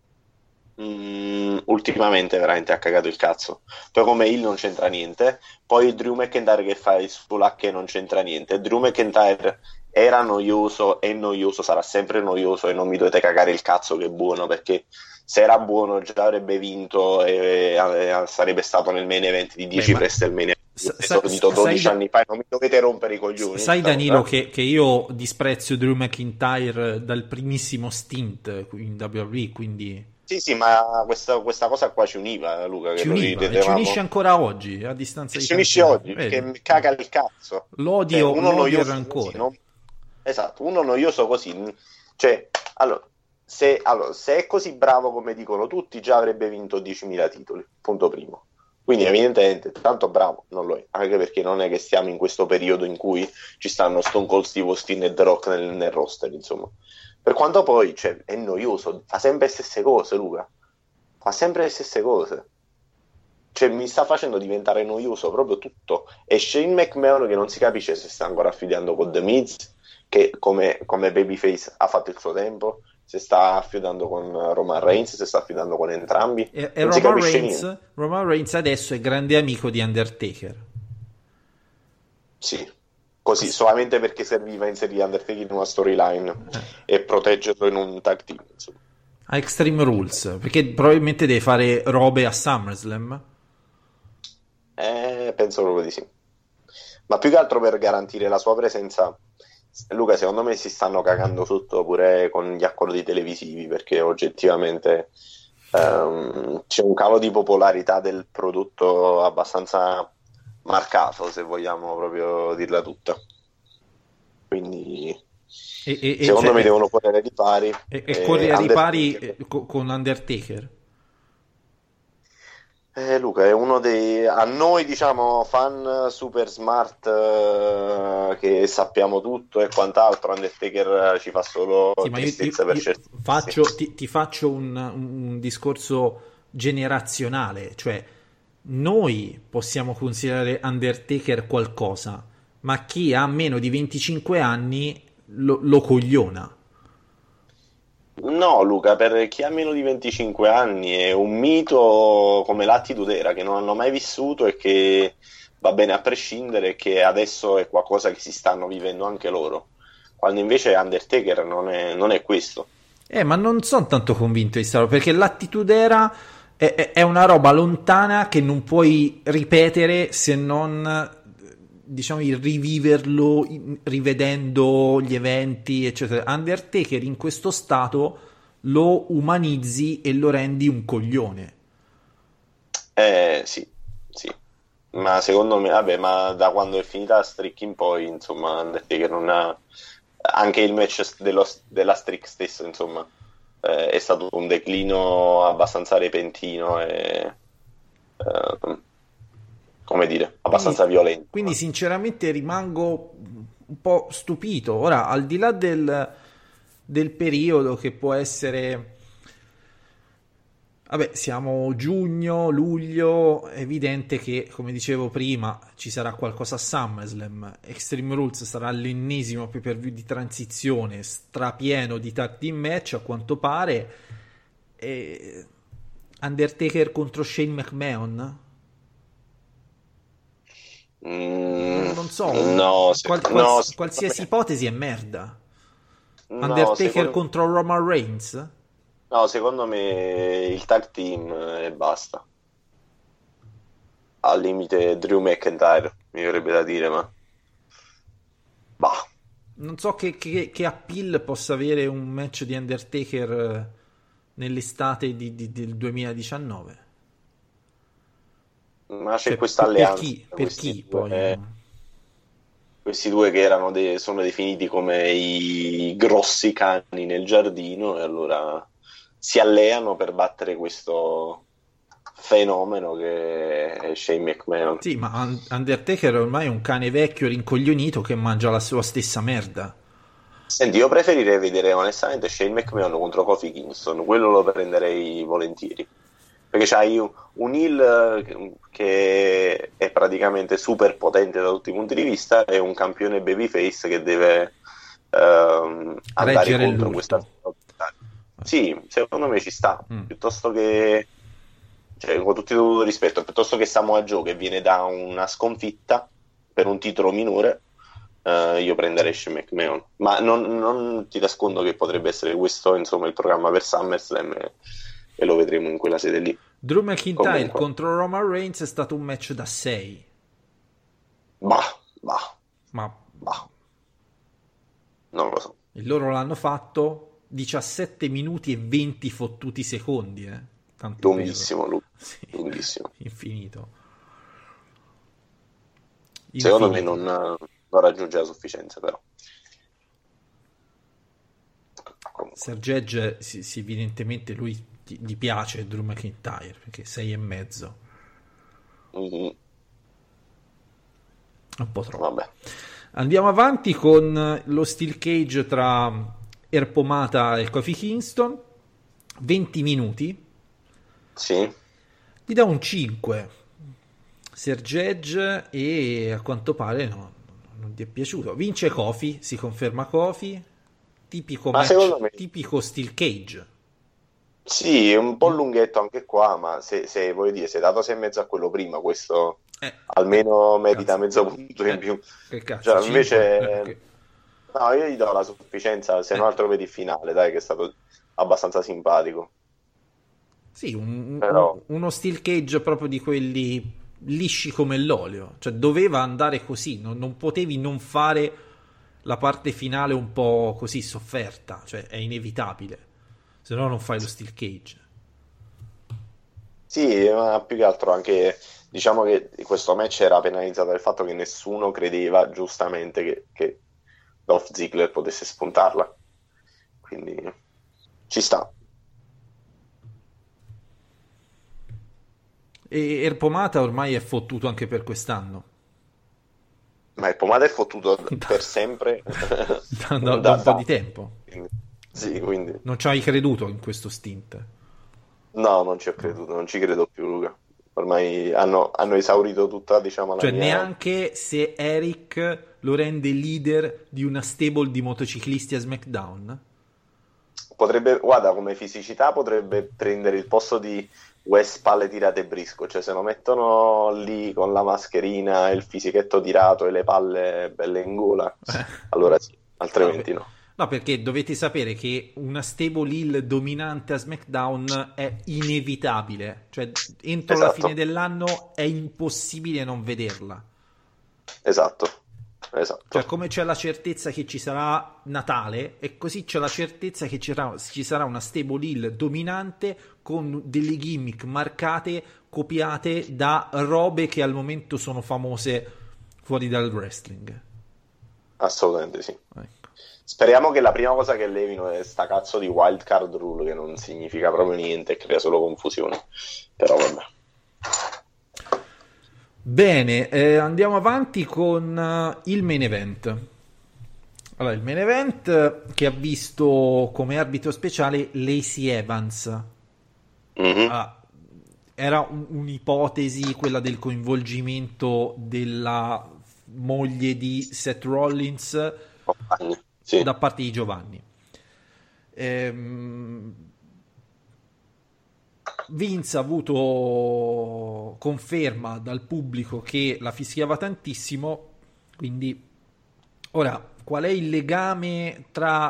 ultimamente veramente ha cagato il cazzo. Poi come Hill non c'entra niente. Poi Drew McIntyre che fa il suo lacche non c'entra niente. Drew McIntyre era noioso, è noioso, sarà sempre noioso, e non mi dovete cagare il cazzo che è buono, perché se era buono già avrebbe vinto e sarebbe stato nel main event di 10 WrestleMania. Esordito 12 anni fa, non mi dovete rompere i coglioni. Sai Danilo che io disprezzo Drew McIntyre dal primissimo stint in WWE, quindi... Sì, ma questa cosa qua ci univa, Luca. Che ci univa, e ci unisce ancora oggi, a distanza di ci unisce oggi, perché mi caga il cazzo. L'odio, uno l'odio e il rancore. rancore. Esatto, uno noioso così. Cioè, allora, se è così bravo come dicono tutti, già avrebbe vinto 10.000 titoli, punto primo. Quindi evidentemente tanto bravo non lo è, anche perché non è che stiamo in questo periodo in cui ci stanno Stone Cold Steve Austin e The Rock nel roster, insomma. Per quanto poi, cioè, è noioso, fa sempre le stesse cose, Luca. Fa sempre le stesse cose. Cioè, mi sta facendo diventare noioso proprio tutto. E Shane McMahon che non si capisce se sta ancora affidando con The Miz, che come babyface ha fatto il suo tempo, se sta affidando con Roman Reigns, se sta affidando con entrambi. E Roman Reigns adesso è grande amico di Undertaker. Sì. Così, solamente perché serviva inserire Undertaker in una storyline e proteggerlo in un tag team, insomma. A Extreme Rules, perché probabilmente deve fare robe a SummerSlam. Penso proprio di sì. Ma più che altro per garantire la sua presenza, Luca, secondo me si stanno cagando sotto pure con gli accordi televisivi, perché oggettivamente c'è un calo di popolarità del prodotto abbastanza marcato, se vogliamo proprio dirla tutta. Quindi secondo me devono correre di pari e correre di pari con Undertaker. Luca è uno dei, a noi diciamo fan super smart, che sappiamo tutto e quant'altro. Undertaker ci fa solo tristezza per certi. Ti faccio un discorso generazionale, cioè noi possiamo considerare Undertaker qualcosa, ma chi ha meno di 25 anni lo cogliona. No, Luca, per chi ha meno di 25 anni è un mito come l'Attitude Era, che non hanno mai vissuto e che va bene a prescindere, che adesso è qualcosa che si stanno vivendo anche loro, quando invece Undertaker non è questo. Ma non sono tanto convinto di starlo, perché l'Attitude Era è una roba lontana che non puoi ripetere se non, diciamo, riviverlo rivedendo gli eventi, eccetera. Undertaker in questo stato lo umanizzi e lo rendi un coglione. Sì. Ma secondo me, vabbè, ma da quando è finita la streak in poi, insomma, Undertaker non ha... Anche il match della streak stesso, insomma, è stato un declino abbastanza repentino e come dire, abbastanza violento. Quindi sinceramente rimango un po' stupito. Ora, al di là del periodo che può essere, vabbè, siamo giugno, luglio, è evidente che, come dicevo prima, ci sarà qualcosa a SummerSlam. Extreme Rules sarà l'ennesimo pay-per-view di transizione strapieno di tag team match, a quanto pare. E Undertaker contro Shane McMahon? Non so, qualsiasi ipotesi è merda. Undertaker contro Roman Reigns? No, secondo me il tag team e basta. Al limite Drew McIntyre, mi verrebbe da dire, ma bah. Non so che appeal possa avere un match di Undertaker nell'estate del 2019. Ma c'è questa alleanza per chi poi? Questi due che sono definiti come i grossi cani nel giardino, e allora si alleano per battere questo fenomeno che è Shane McMahon. Sì, ma Undertaker ormai è un cane vecchio rincoglionito che mangia la sua stessa merda. Senti, io preferirei vedere onestamente Shane McMahon contro Kofi Kingston, quello lo prenderei volentieri, perché c'hai un heel che è praticamente super potente da tutti i punti di vista e un campione babyface che deve andare reggere contro l'urto. questa. Sì, secondo me ci sta, piuttosto che, cioè, con tutto il rispetto, piuttosto che Samoa Joe che viene da una sconfitta per un titolo minore, io prenderei Shane McMahon, ma non ti nascondo che potrebbe essere questo, insomma, il programma per SummerSlam e lo vedremo in quella sede lì. Drew McIntyre Comunque. contro Roman Reigns è stato un match da 6. Bah, Ma non lo so. e loro l'hanno fatto 17 minuti e 20 fottuti secondi, tanto Lunghissimo, Sì, lunghissimo. infinito. Secondo me non raggiunge la sufficienza, però. Serge Edge, sì, evidentemente lui gli piace Drew McIntyre perché 6,5 Mm, un po' troppo. vabbè. Andiamo avanti con lo steel cage tra Erpomata e Kofi Kingston, 20 minuti, Sì. gli dà un 5 Serge Edge e a quanto pare non ti è piaciuto. Vince Kofi, si conferma Kofi, tipico Ma match, secondo me- tipico steel cage. Sì, è un po' lunghetto anche qua, ma se vuoi dire, se dato 6,5 a quello prima, questo almeno merita cazzo. mezzo punto in più. Che cazzo, Cioè, 5? invece, no, io gli do la sufficienza, se non altro vedi il finale, dai, che è stato abbastanza simpatico. Sì, Però- uno steel cage proprio di quelli lisci come l'olio, cioè doveva andare così, non potevi non fare la parte finale un po' così sofferta, cioè è inevitabile, se no non fai lo steel cage. Sì, ma più che altro anche, diciamo che questo match era penalizzato dal fatto che nessuno credeva giustamente che Dolph Ziggler potesse spuntarla. Quindi ci sta. E Erpomata ormai è fottuto anche per quest'anno, Ma il pomata è fottuto per sempre da un po' di tempo. Sì, quindi Non ci hai creduto in questo stint? no, non ci ho creduto, non ci credo più, Luca. Ormai hanno esaurito tutta, diciamo, la Cioè mia... neanche se Eric lo rende leader di una stable di motociclisti a SmackDown? Potrebbe, guarda, come fisicità potrebbe prendere il posto di Wes Palle tirate brisco, cioè se lo mettono lì con la mascherina, il fisichetto tirato e le palle belle in gola, allora sì, altrimenti no. No, perché dovete sapere che una stable heel dominante a SmackDown è inevitabile, cioè entro la Esatto. fine dell'anno è impossibile non vederla. Esatto. Cioè come c'è la certezza che ci sarà Natale, e così c'è la certezza che ci sarà una stable heel dominante con delle gimmick marcate, copiate da robe che al momento sono famose fuori dal wrestling. Assolutamente sì. Ecco. Speriamo che la prima cosa che levino è sta cazzo di wild card rule che non significa proprio niente e crea solo confusione. Però vabbè. Bene, andiamo avanti con il main event. Allora, il main event che ha visto come arbitro speciale Lacey Evans. Mhm. Era un'ipotesi quella del coinvolgimento della moglie di Seth Rollins Compagni. Sì. da parte di Giovanni. Vince ha avuto conferma dal pubblico che la fischiava tantissimo, quindi ora qual è il legame tra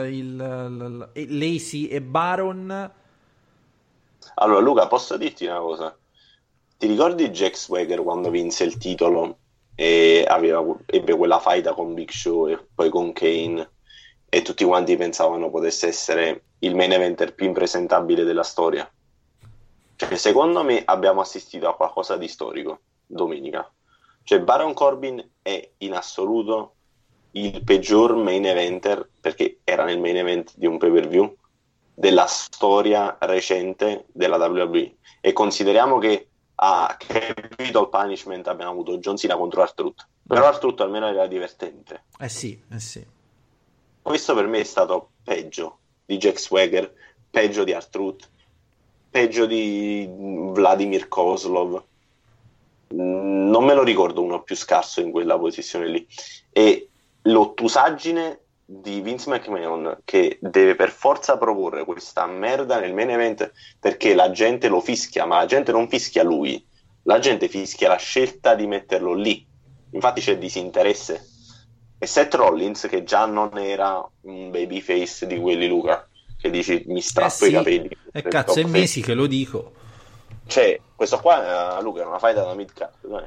Lacey e Baron? Allora Luca, posso dirti una cosa? Ti ricordi Jack Swagger quando vinse il titolo e ebbe quella faida con Big Show e poi con Kane e tutti quanti pensavano potesse essere il main eventer più impresentabile della storia? Cioè, secondo me abbiamo assistito a qualcosa di storico domenica. Cioè Baron Corbin è in assoluto il peggior main eventer, perché era nel main event di un pay-per-view della storia recente della WWE, e consideriamo che a Capital Punishment abbiamo avuto John Cena contro R-Truth, però R-Truth almeno era divertente. Sì. questo per me è stato peggio di Jack Swagger, peggio di R-Truth, peggio di Vladimir Kozlov. Non me lo ricordo uno più scarso in quella posizione lì. E l'ottusaggine di Vince McMahon, che deve per forza proporre questa merda nel main event perché la gente lo fischia, ma la gente non fischia lui, la gente fischia la scelta di metterlo lì. Infatti c'è disinteresse. E Seth Rollins, che già non era un babyface di quelli, Luca, che dici mi strappo i capelli. E cazzo, è mesi che lo dico. Cioè, questo qua, Luca, è una fight da mid-card, non è?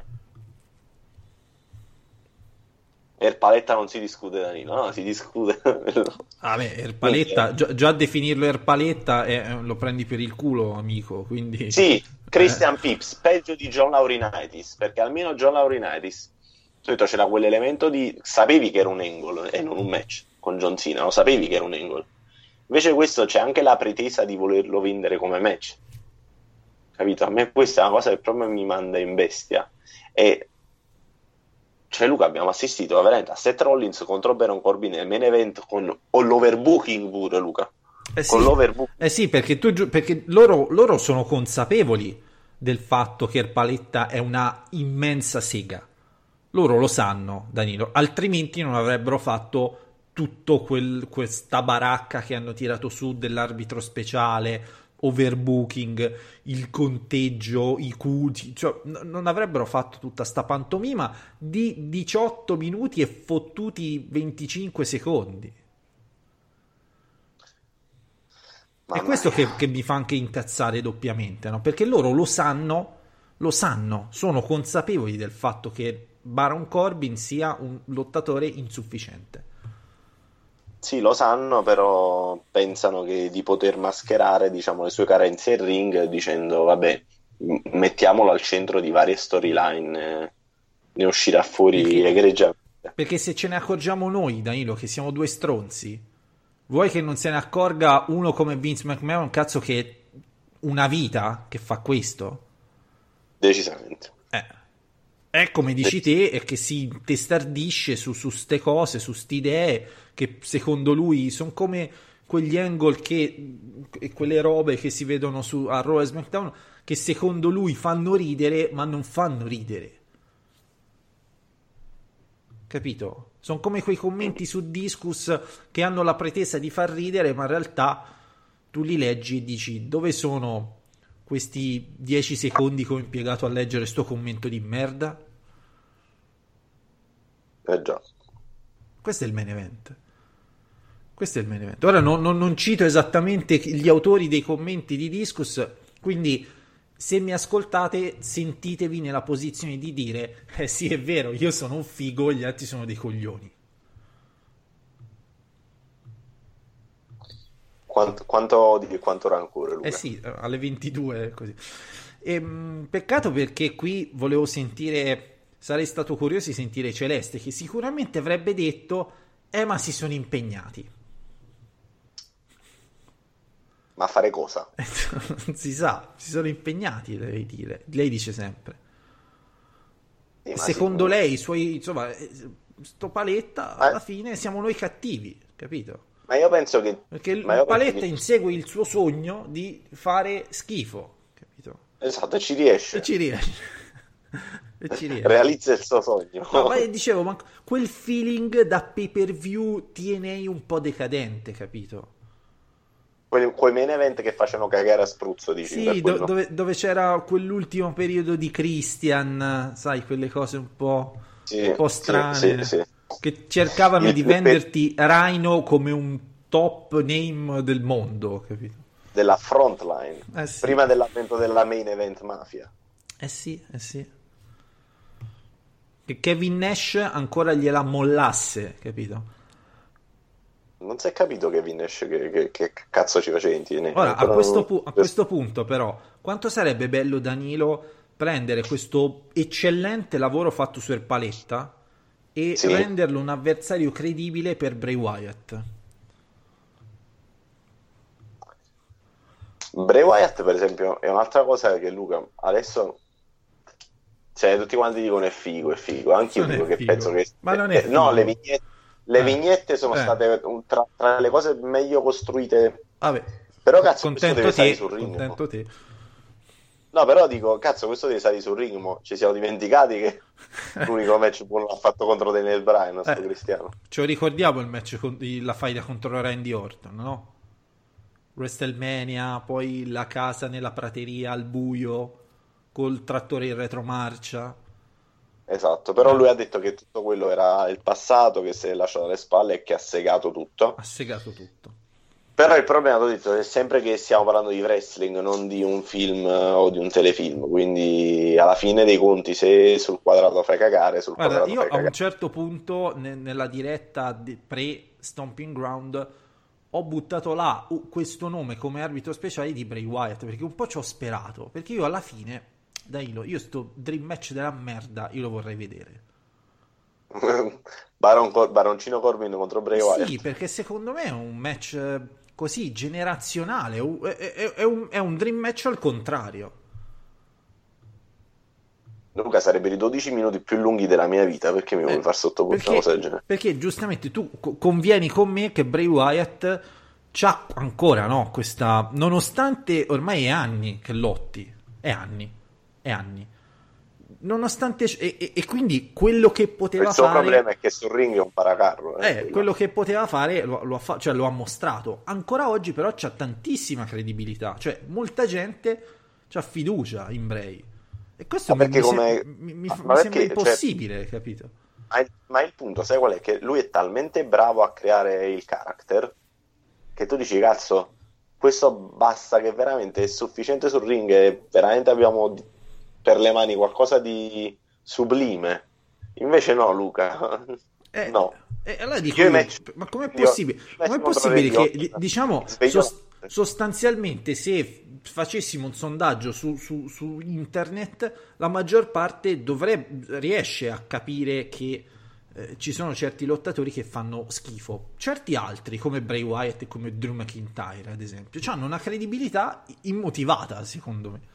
Erpaletta non si discute, Danilo, no, si discute. Erpaletta, già definirlo Erpaletta lo prendi per il culo, amico, quindi... Sì, Christian Pips, peggio di John Laurinaitis, perché almeno John Laurinaitis, c'era quell'elemento di... sapevi che era un angle e non un match con John Cena, lo sapevi che era un angle. Invece questo c'è anche la pretesa di volerlo vendere come match. Capito? A me questa è una cosa che proprio mi manda in bestia. E cioè, Luca, abbiamo assistito veramente a Seth Rollins contro Baron Corbin nel main event con l'overbooking pure, Luca. Con l'overbooking. Sì, perché loro sono consapevoli del fatto che Erpaletta è una immensa sega. Loro lo sanno, Danilo, altrimenti non avrebbero fatto tutto questa baracca che hanno tirato su dell'arbitro speciale, overbooking, il conteggio, i cuti, cioè non avrebbero fatto tutta sta pantomima di 18 minuti e fottuti 25 secondi. È questo che mi fa anche incazzare doppiamente, no? Perché loro lo sanno, sono consapevoli del fatto che Baron Corbin sia un lottatore insufficiente. Sì, lo sanno, però pensano di poter mascherare, diciamo, le sue carenze in ring dicendo, vabbè, mettiamolo al centro di varie storyline, ne uscirà fuori egregiamente. Perché se ce ne accorgiamo noi, Danilo, che siamo due stronzi, vuoi che non se ne accorga uno come Vince McMahon, cazzo, che una vita che fa questo? Decisamente. È come dici te, è che si testardisce su ste cose, su ste idee che secondo lui sono come quegli angle e quelle robe che si vedono a Raw e SmackDown che secondo lui fanno ridere ma non fanno ridere, capito? Sono come quei commenti su Discus che hanno la pretesa di far ridere, ma in realtà tu li leggi e dici: dove sono questi 10 secondi che ho impiegato a leggere sto commento di merda? Già. Questo è il main event. Ora non cito esattamente gli autori dei commenti di Discus, quindi se mi ascoltate sentitevi nella posizione di dire sì, è vero, io sono un figo, gli altri sono dei coglioni. Quanto odio e quanto rancore, Luca? Sì, alle 22 così. Peccato, perché qui volevo sentire, sarei stato curioso di sentire Celeste, che sicuramente avrebbe detto ma si sono impegnati. Ma a fare cosa? Non si sa, si sono impegnati, lei dice sempre. Sì, secondo lei, i suoi, insomma, sto Paletta alla fine siamo noi cattivi, capito? Ma io penso che... Perché il Paletta insegue il suo sogno di fare schifo, capito? Esatto, e ci riesce. Realizza il suo sogno. No, ma dicevo, ma quel feeling da pay per view TNA un po' decadente, capito? Quei main event che facevano cagare a spruzzo, dici? Sì, dove c'era quell'ultimo periodo di Christian, sai, quelle cose un po' strane, sì. Che cercavano di venderti Rhino come un top name del mondo, capito? Della frontline, sì. Prima dell'avvento della main event mafia. Sì. Che Kevin Nash ancora gliela mollasse, capito? Non si è capito Kevin Nash che cazzo ci faceva in TNA. Ora, a questo punto però, quanto sarebbe bello, Danilo, prendere questo eccellente lavoro fatto su Erpaletta e renderlo un avversario credibile per Bray Wyatt. Bray Wyatt, per esempio, è un'altra cosa che Luca adesso, cioè, tutti quanti dicono è figo, anche io dico che figo. penso che ma non è figo. No, le vignette Le vignette sono state tra le cose meglio costruite. Vabbè. Però cazzo, Contento questo deve te, salire sul ring. contento te. No, però dico, cazzo, questo deve salire sul ring. Ci siamo dimenticati che l'unico match buono l'ha fatto contro Daniel Bryan, sto Cristiano. Ce lo ricordiamo il match la faida contro Randy Orton, no? WrestleMania, poi la casa nella prateria al buio col trattore in retromarcia. Esatto, però lui ha detto che tutto quello era il passato, che si è lasciato alle spalle e che ha segato tutto. Ha segato tutto. Però il problema, t'ho detto, è sempre che stiamo parlando di wrestling, non di un film o di un telefilm, quindi alla fine dei conti, se sul quadrato fai cagare, sul Guarda, quadrato io fai a un cagare. certo punto nella diretta pre-Stomping Ground ho buttato là questo nome come arbitro speciale di Bray Wyatt, perché un po' ci ho sperato, perché io alla fine, Danilo, io sto dream match della merda, io lo vorrei vedere. Baroncino Corbin contro Bray Wyatt. Sì, perché secondo me è un match così generazionale, è un dream match al contrario. Luca, sarebbero i 12 minuti più lunghi della mia vita, perché mi vuoi far sottoporre una cosa del genere? Perché giustamente tu convieni con me che Bray Wyatt c'ha ancora, no, questa, nonostante ormai è anni che lotti, è anni, nonostante, e quindi quello che poteva fare, il suo problema è che sul ring è un paracarro. quello che poteva fare cioè lo ha mostrato. Ancora oggi però c'ha tantissima credibilità, cioè molta gente c'ha fiducia in Bray, e questo mi sembra impossibile, cioè, capito? Ma il punto, sai qual è? Che lui è talmente bravo a creare il character che tu dici, cazzo, questo basta, che veramente è sufficiente sul ring e veramente abbiamo per le mani qualcosa di sublime. Invece no, Luca. No. Allora dico io, ma com'è possibile? Com'è possibile che, diciamo, sostanzialmente, se facessimo un sondaggio su internet, la maggior parte riesce a capire che ci sono certi lottatori che fanno schifo, certi altri come Bray Wyatt e come Drew McIntyre ad esempio hanno una credibilità immotivata, secondo me.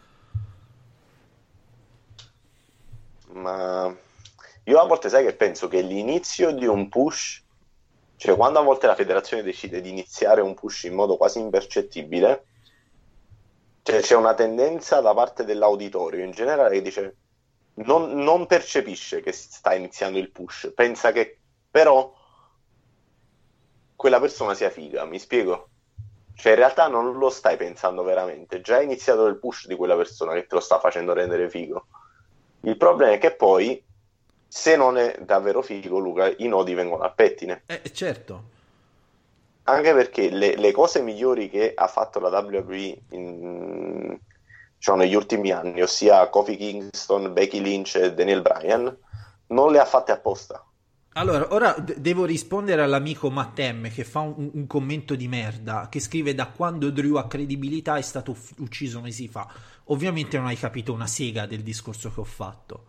Ma io a volte, sai che penso che l'inizio di un push, cioè quando a volte la federazione decide di iniziare un push in modo quasi impercettibile, cioè c'è una tendenza da parte dell'auditorio in generale che dice non percepisce che si sta iniziando il push, pensa che però quella persona sia figa, mi spiego? Cioè in realtà non lo stai pensando veramente, già è iniziato il push di quella persona che te lo sta facendo rendere figo. Il problema è che poi, se non è davvero figo, Luca, i nodi vengono a pettine. Certo. Anche perché le cose migliori che ha fatto la WWE negli ultimi anni, ossia Kofi Kingston, Becky Lynch e Daniel Bryan, non le ha fatte apposta. Allora, ora devo rispondere all'amico Matt M che fa un commento di merda, che scrive: da quando Drew ha credibilità è stato ucciso mesi fa. Ovviamente non hai capito una sega del discorso che ho fatto.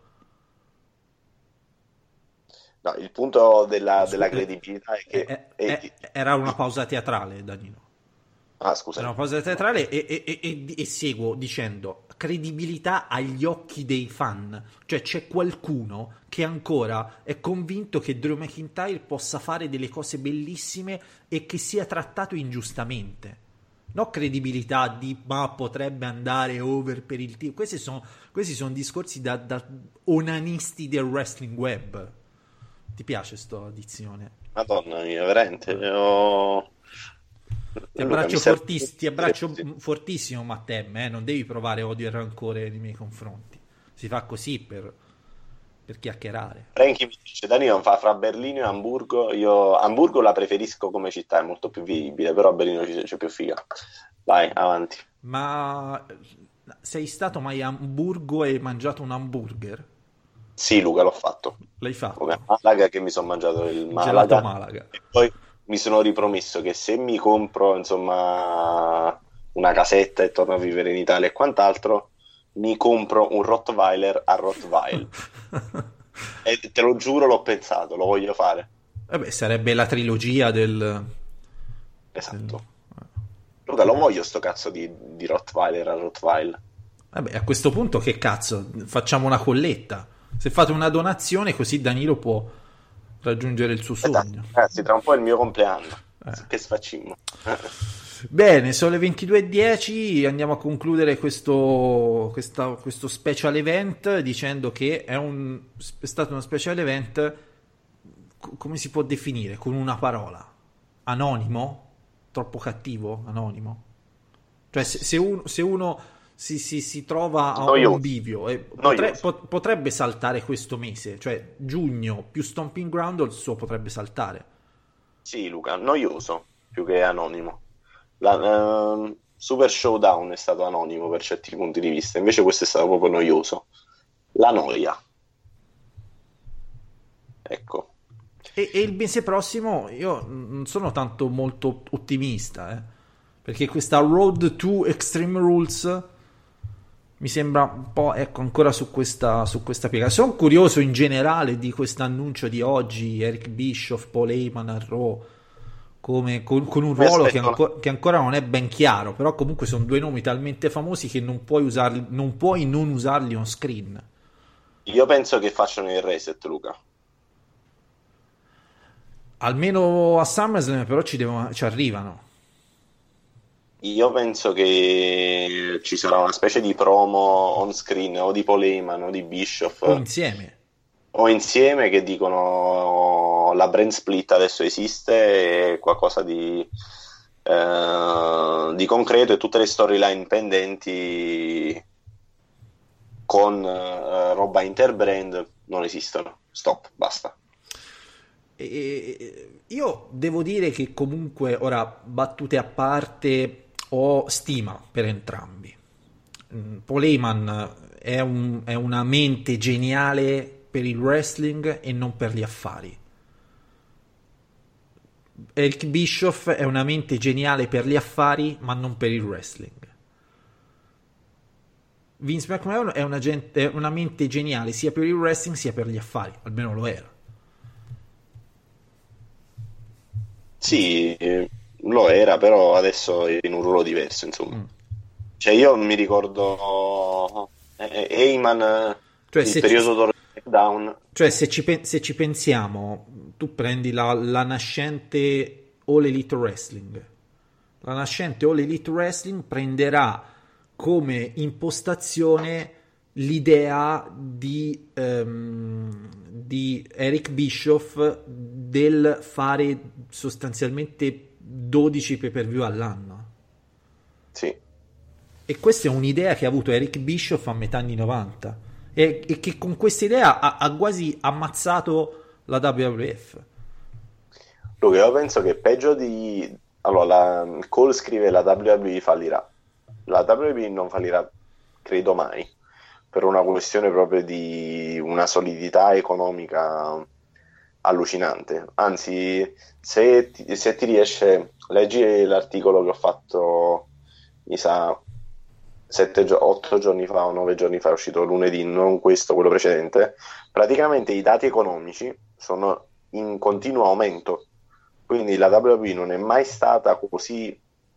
No, il punto della credibilità è che era una pausa teatrale, Danilo. Ah, scusa. Era una pausa teatrale e seguo dicendo credibilità agli occhi dei fan. Cioè c'è qualcuno che ancora è convinto che Drew McIntyre possa fare delle cose bellissime e che sia trattato ingiustamente. No credibilità di ma potrebbe andare over per il team. Questi sono discorsi da onanisti del wrestling web. Ti piace sto dizione? Madonna mia, veramente. Ti abbraccio fortissimo, Mattem, non devi provare odio e rancore nei miei confronti. Si fa così per chiacchierare. Franky mi dice: Danilo fa fra Berlino e Amburgo. Io Amburgo la preferisco come città, è molto più vivibile, però a Berlino c'è più figa. Vai, avanti. Ma sei stato mai a Amburgo e hai mangiato un hamburger? Sì, Luca, l'ho fatto. L'hai fatto? Come a Malaga, che mi sono mangiato il Malaga. Malaga. E poi mi sono ripromesso che se mi compro, insomma, una casetta e torno a vivere in Italia e quant'altro, mi compro un Rottweiler a Rottweil. E te lo giuro, l'ho pensato, lo voglio fare. Sarebbe la trilogia del... Esatto. Luca, lo voglio sto cazzo di Rottweiler a Rottweil. A questo punto che cazzo, facciamo una colletta. Se fate una donazione così Danilo può raggiungere il suo sogno. Ragazzi, tra un po' è il mio compleanno. Che sfaccimmo. Bene, sono le 22:10, andiamo a concludere questo special event dicendo che è stato uno special event, come si può definire? Con una parola. Anonimo? Troppo cattivo? Anonimo? Cioè se uno si trova a un bivio potrebbe saltare questo mese, cioè giugno più Stomping Ground il suo potrebbe saltare. Sì, Luca, noioso più che anonimo. Super Showdown è stato anonimo per certi punti di vista, invece questo è stato proprio noioso. La noia. Ecco. E il mese prossimo io non sono tanto molto ottimista, perché questa Road to Extreme Rules mi sembra un po', ecco, ancora su questa piega. Sono curioso in generale di questo annuncio di oggi, Eric Bischoff, Paul Heyman a Raw, come con un ruolo che ancora non è ben chiaro, però comunque sono due nomi talmente famosi che non puoi non usarli on screen. Io penso che facciano il reset, Luca. Almeno a SummerSlam però ci arrivano. Io penso che ci sarà una specie di promo on screen o di Paul Heyman o di Bischoff o insieme che dicono la brand split adesso esiste, qualcosa di concreto, e tutte le storyline pendenti con roba interbrand non esistono. Stop, basta. Io devo dire che comunque, ora, battute a parte, ho stima per entrambi. Paul Heyman è una mente geniale per il wrestling e non per gli affari. Eric Bischoff è una mente geniale per gli affari ma non per il wrestling. Vince McMahon è una mente geniale sia per il wrestling sia per gli affari, almeno lo era. Sì, lo era, però adesso è in un ruolo diverso, insomma. Cioè io mi ricordo Heyman, cioè, il periodo down. Cioè se ci pensiamo, tu prendi la nascente All Elite Wrestling. La nascente All Elite Wrestling prenderà come impostazione l'idea di Eric Bischoff del fare sostanzialmente 12 pay-per-view all'anno. Sì. E questa è un'idea che ha avuto Eric Bischoff a metà anni 90 e che con questa idea ha quasi ammazzato la WWF. Luca, io penso che peggio di... Allora, Cole scrive la WWE fallirà. La WWE non fallirà, credo mai, per una questione proprio di una solidità economica allucinante. Anzi, se ti riesce, leggi l'articolo che ho fatto, mi sa 8 giorni fa o 9 giorni fa, è uscito lunedì, non questo, quello precedente. Praticamente i dati economici sono in continuo aumento, quindi la WWE non è mai stata così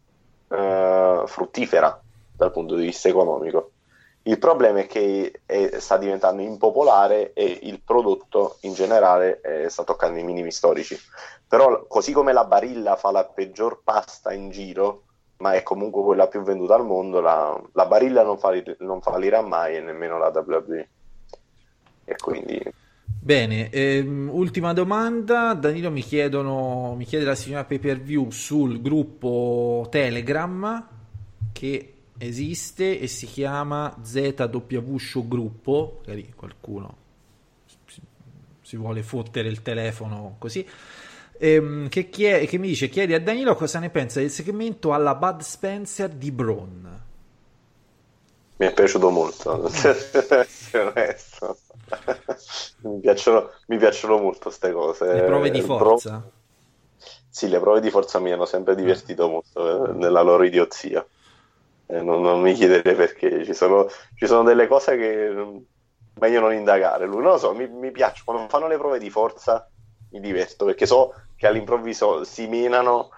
fruttifera dal punto di vista economico. Il problema è che sta diventando impopolare e il prodotto in generale sta toccando i minimi storici. Però così come la Barilla fa la peggior pasta in giro, ma è comunque quella più venduta al mondo, la Barilla non fallirà mai, e nemmeno la WWE. E quindi... Bene, ultima domanda. Danilo mi chiede la signora pay per view sul gruppo Telegram che esiste e si chiama ZW Show Gruppo, magari qualcuno si vuole fottere il telefono così, che mi dice: chiedi a Danilo cosa ne pensa del segmento alla Bud Spencer di Braun. Mi è piaciuto molto, essere onesto. mi piacciono molto queste cose. Le prove di forza? Sì, le prove di forza mi hanno sempre divertito molto nella loro idiozia. Non mi chiedere perché, ci sono delle cose che meglio non indagare. Non lo so, mi piace quando fanno le prove di forza, mi diverto perché so che all'improvviso si menano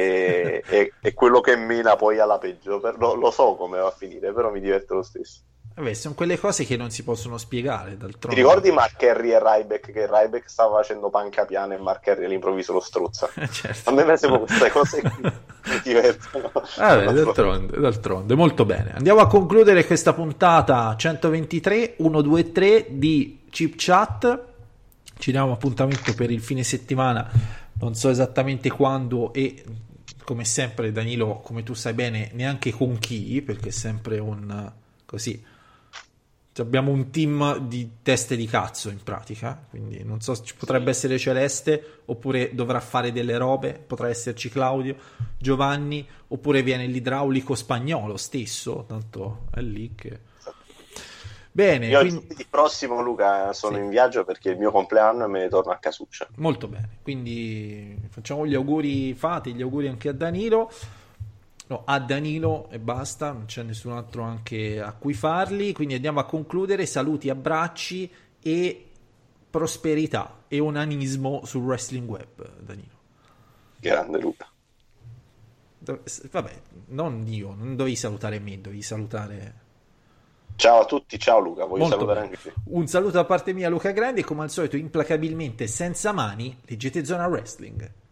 e quello che mena poi alla peggio, lo so come va a finire, però mi diverte lo stesso. Vabbè, sono quelle cose che non si possono spiegare, Ti d'altronde. ricordi Mark Henry e Ryback, che Ryback stava facendo panca piana e Mark Henry all'improvviso lo strozza? Certo. A me pensavo queste cose qui mi divertono. Vabbè, d'altronde, molto bene. Andiamo a concludere questa puntata 123, 123 di Chip Chat. Ci diamo appuntamento per il fine settimana, non so esattamente quando e come sempre Danilo, come tu sai bene, neanche con chi, perché è sempre un così. Abbiamo un team di teste di cazzo in pratica, quindi non so, ci potrebbe essere Celeste oppure dovrà fare delle robe, potrà esserci Claudio, Giovanni, oppure viene l'idraulico spagnolo stesso, tanto è lì che... Bene, Io quindi... il prossimo, Luca, sono in viaggio perché è il mio compleanno e me ne torno a casuccia. Molto bene, quindi facciamo gli auguri, fate gli auguri anche a Danilo. No, a Danilo e basta, non c'è nessun altro anche a cui farli, quindi andiamo a concludere. Saluti, abbracci e prosperità e onanismo sul Wrestling Web, Danilo. Grande Luca. Vabbè, non io, non dovevi salutare me, dovevi salutare... Ciao a tutti, ciao Luca, voglio Molto salutare bene. anche te. Un saluto da parte mia, Luca Grandi, e come al solito implacabilmente senza mani, leggete Zona Wrestling.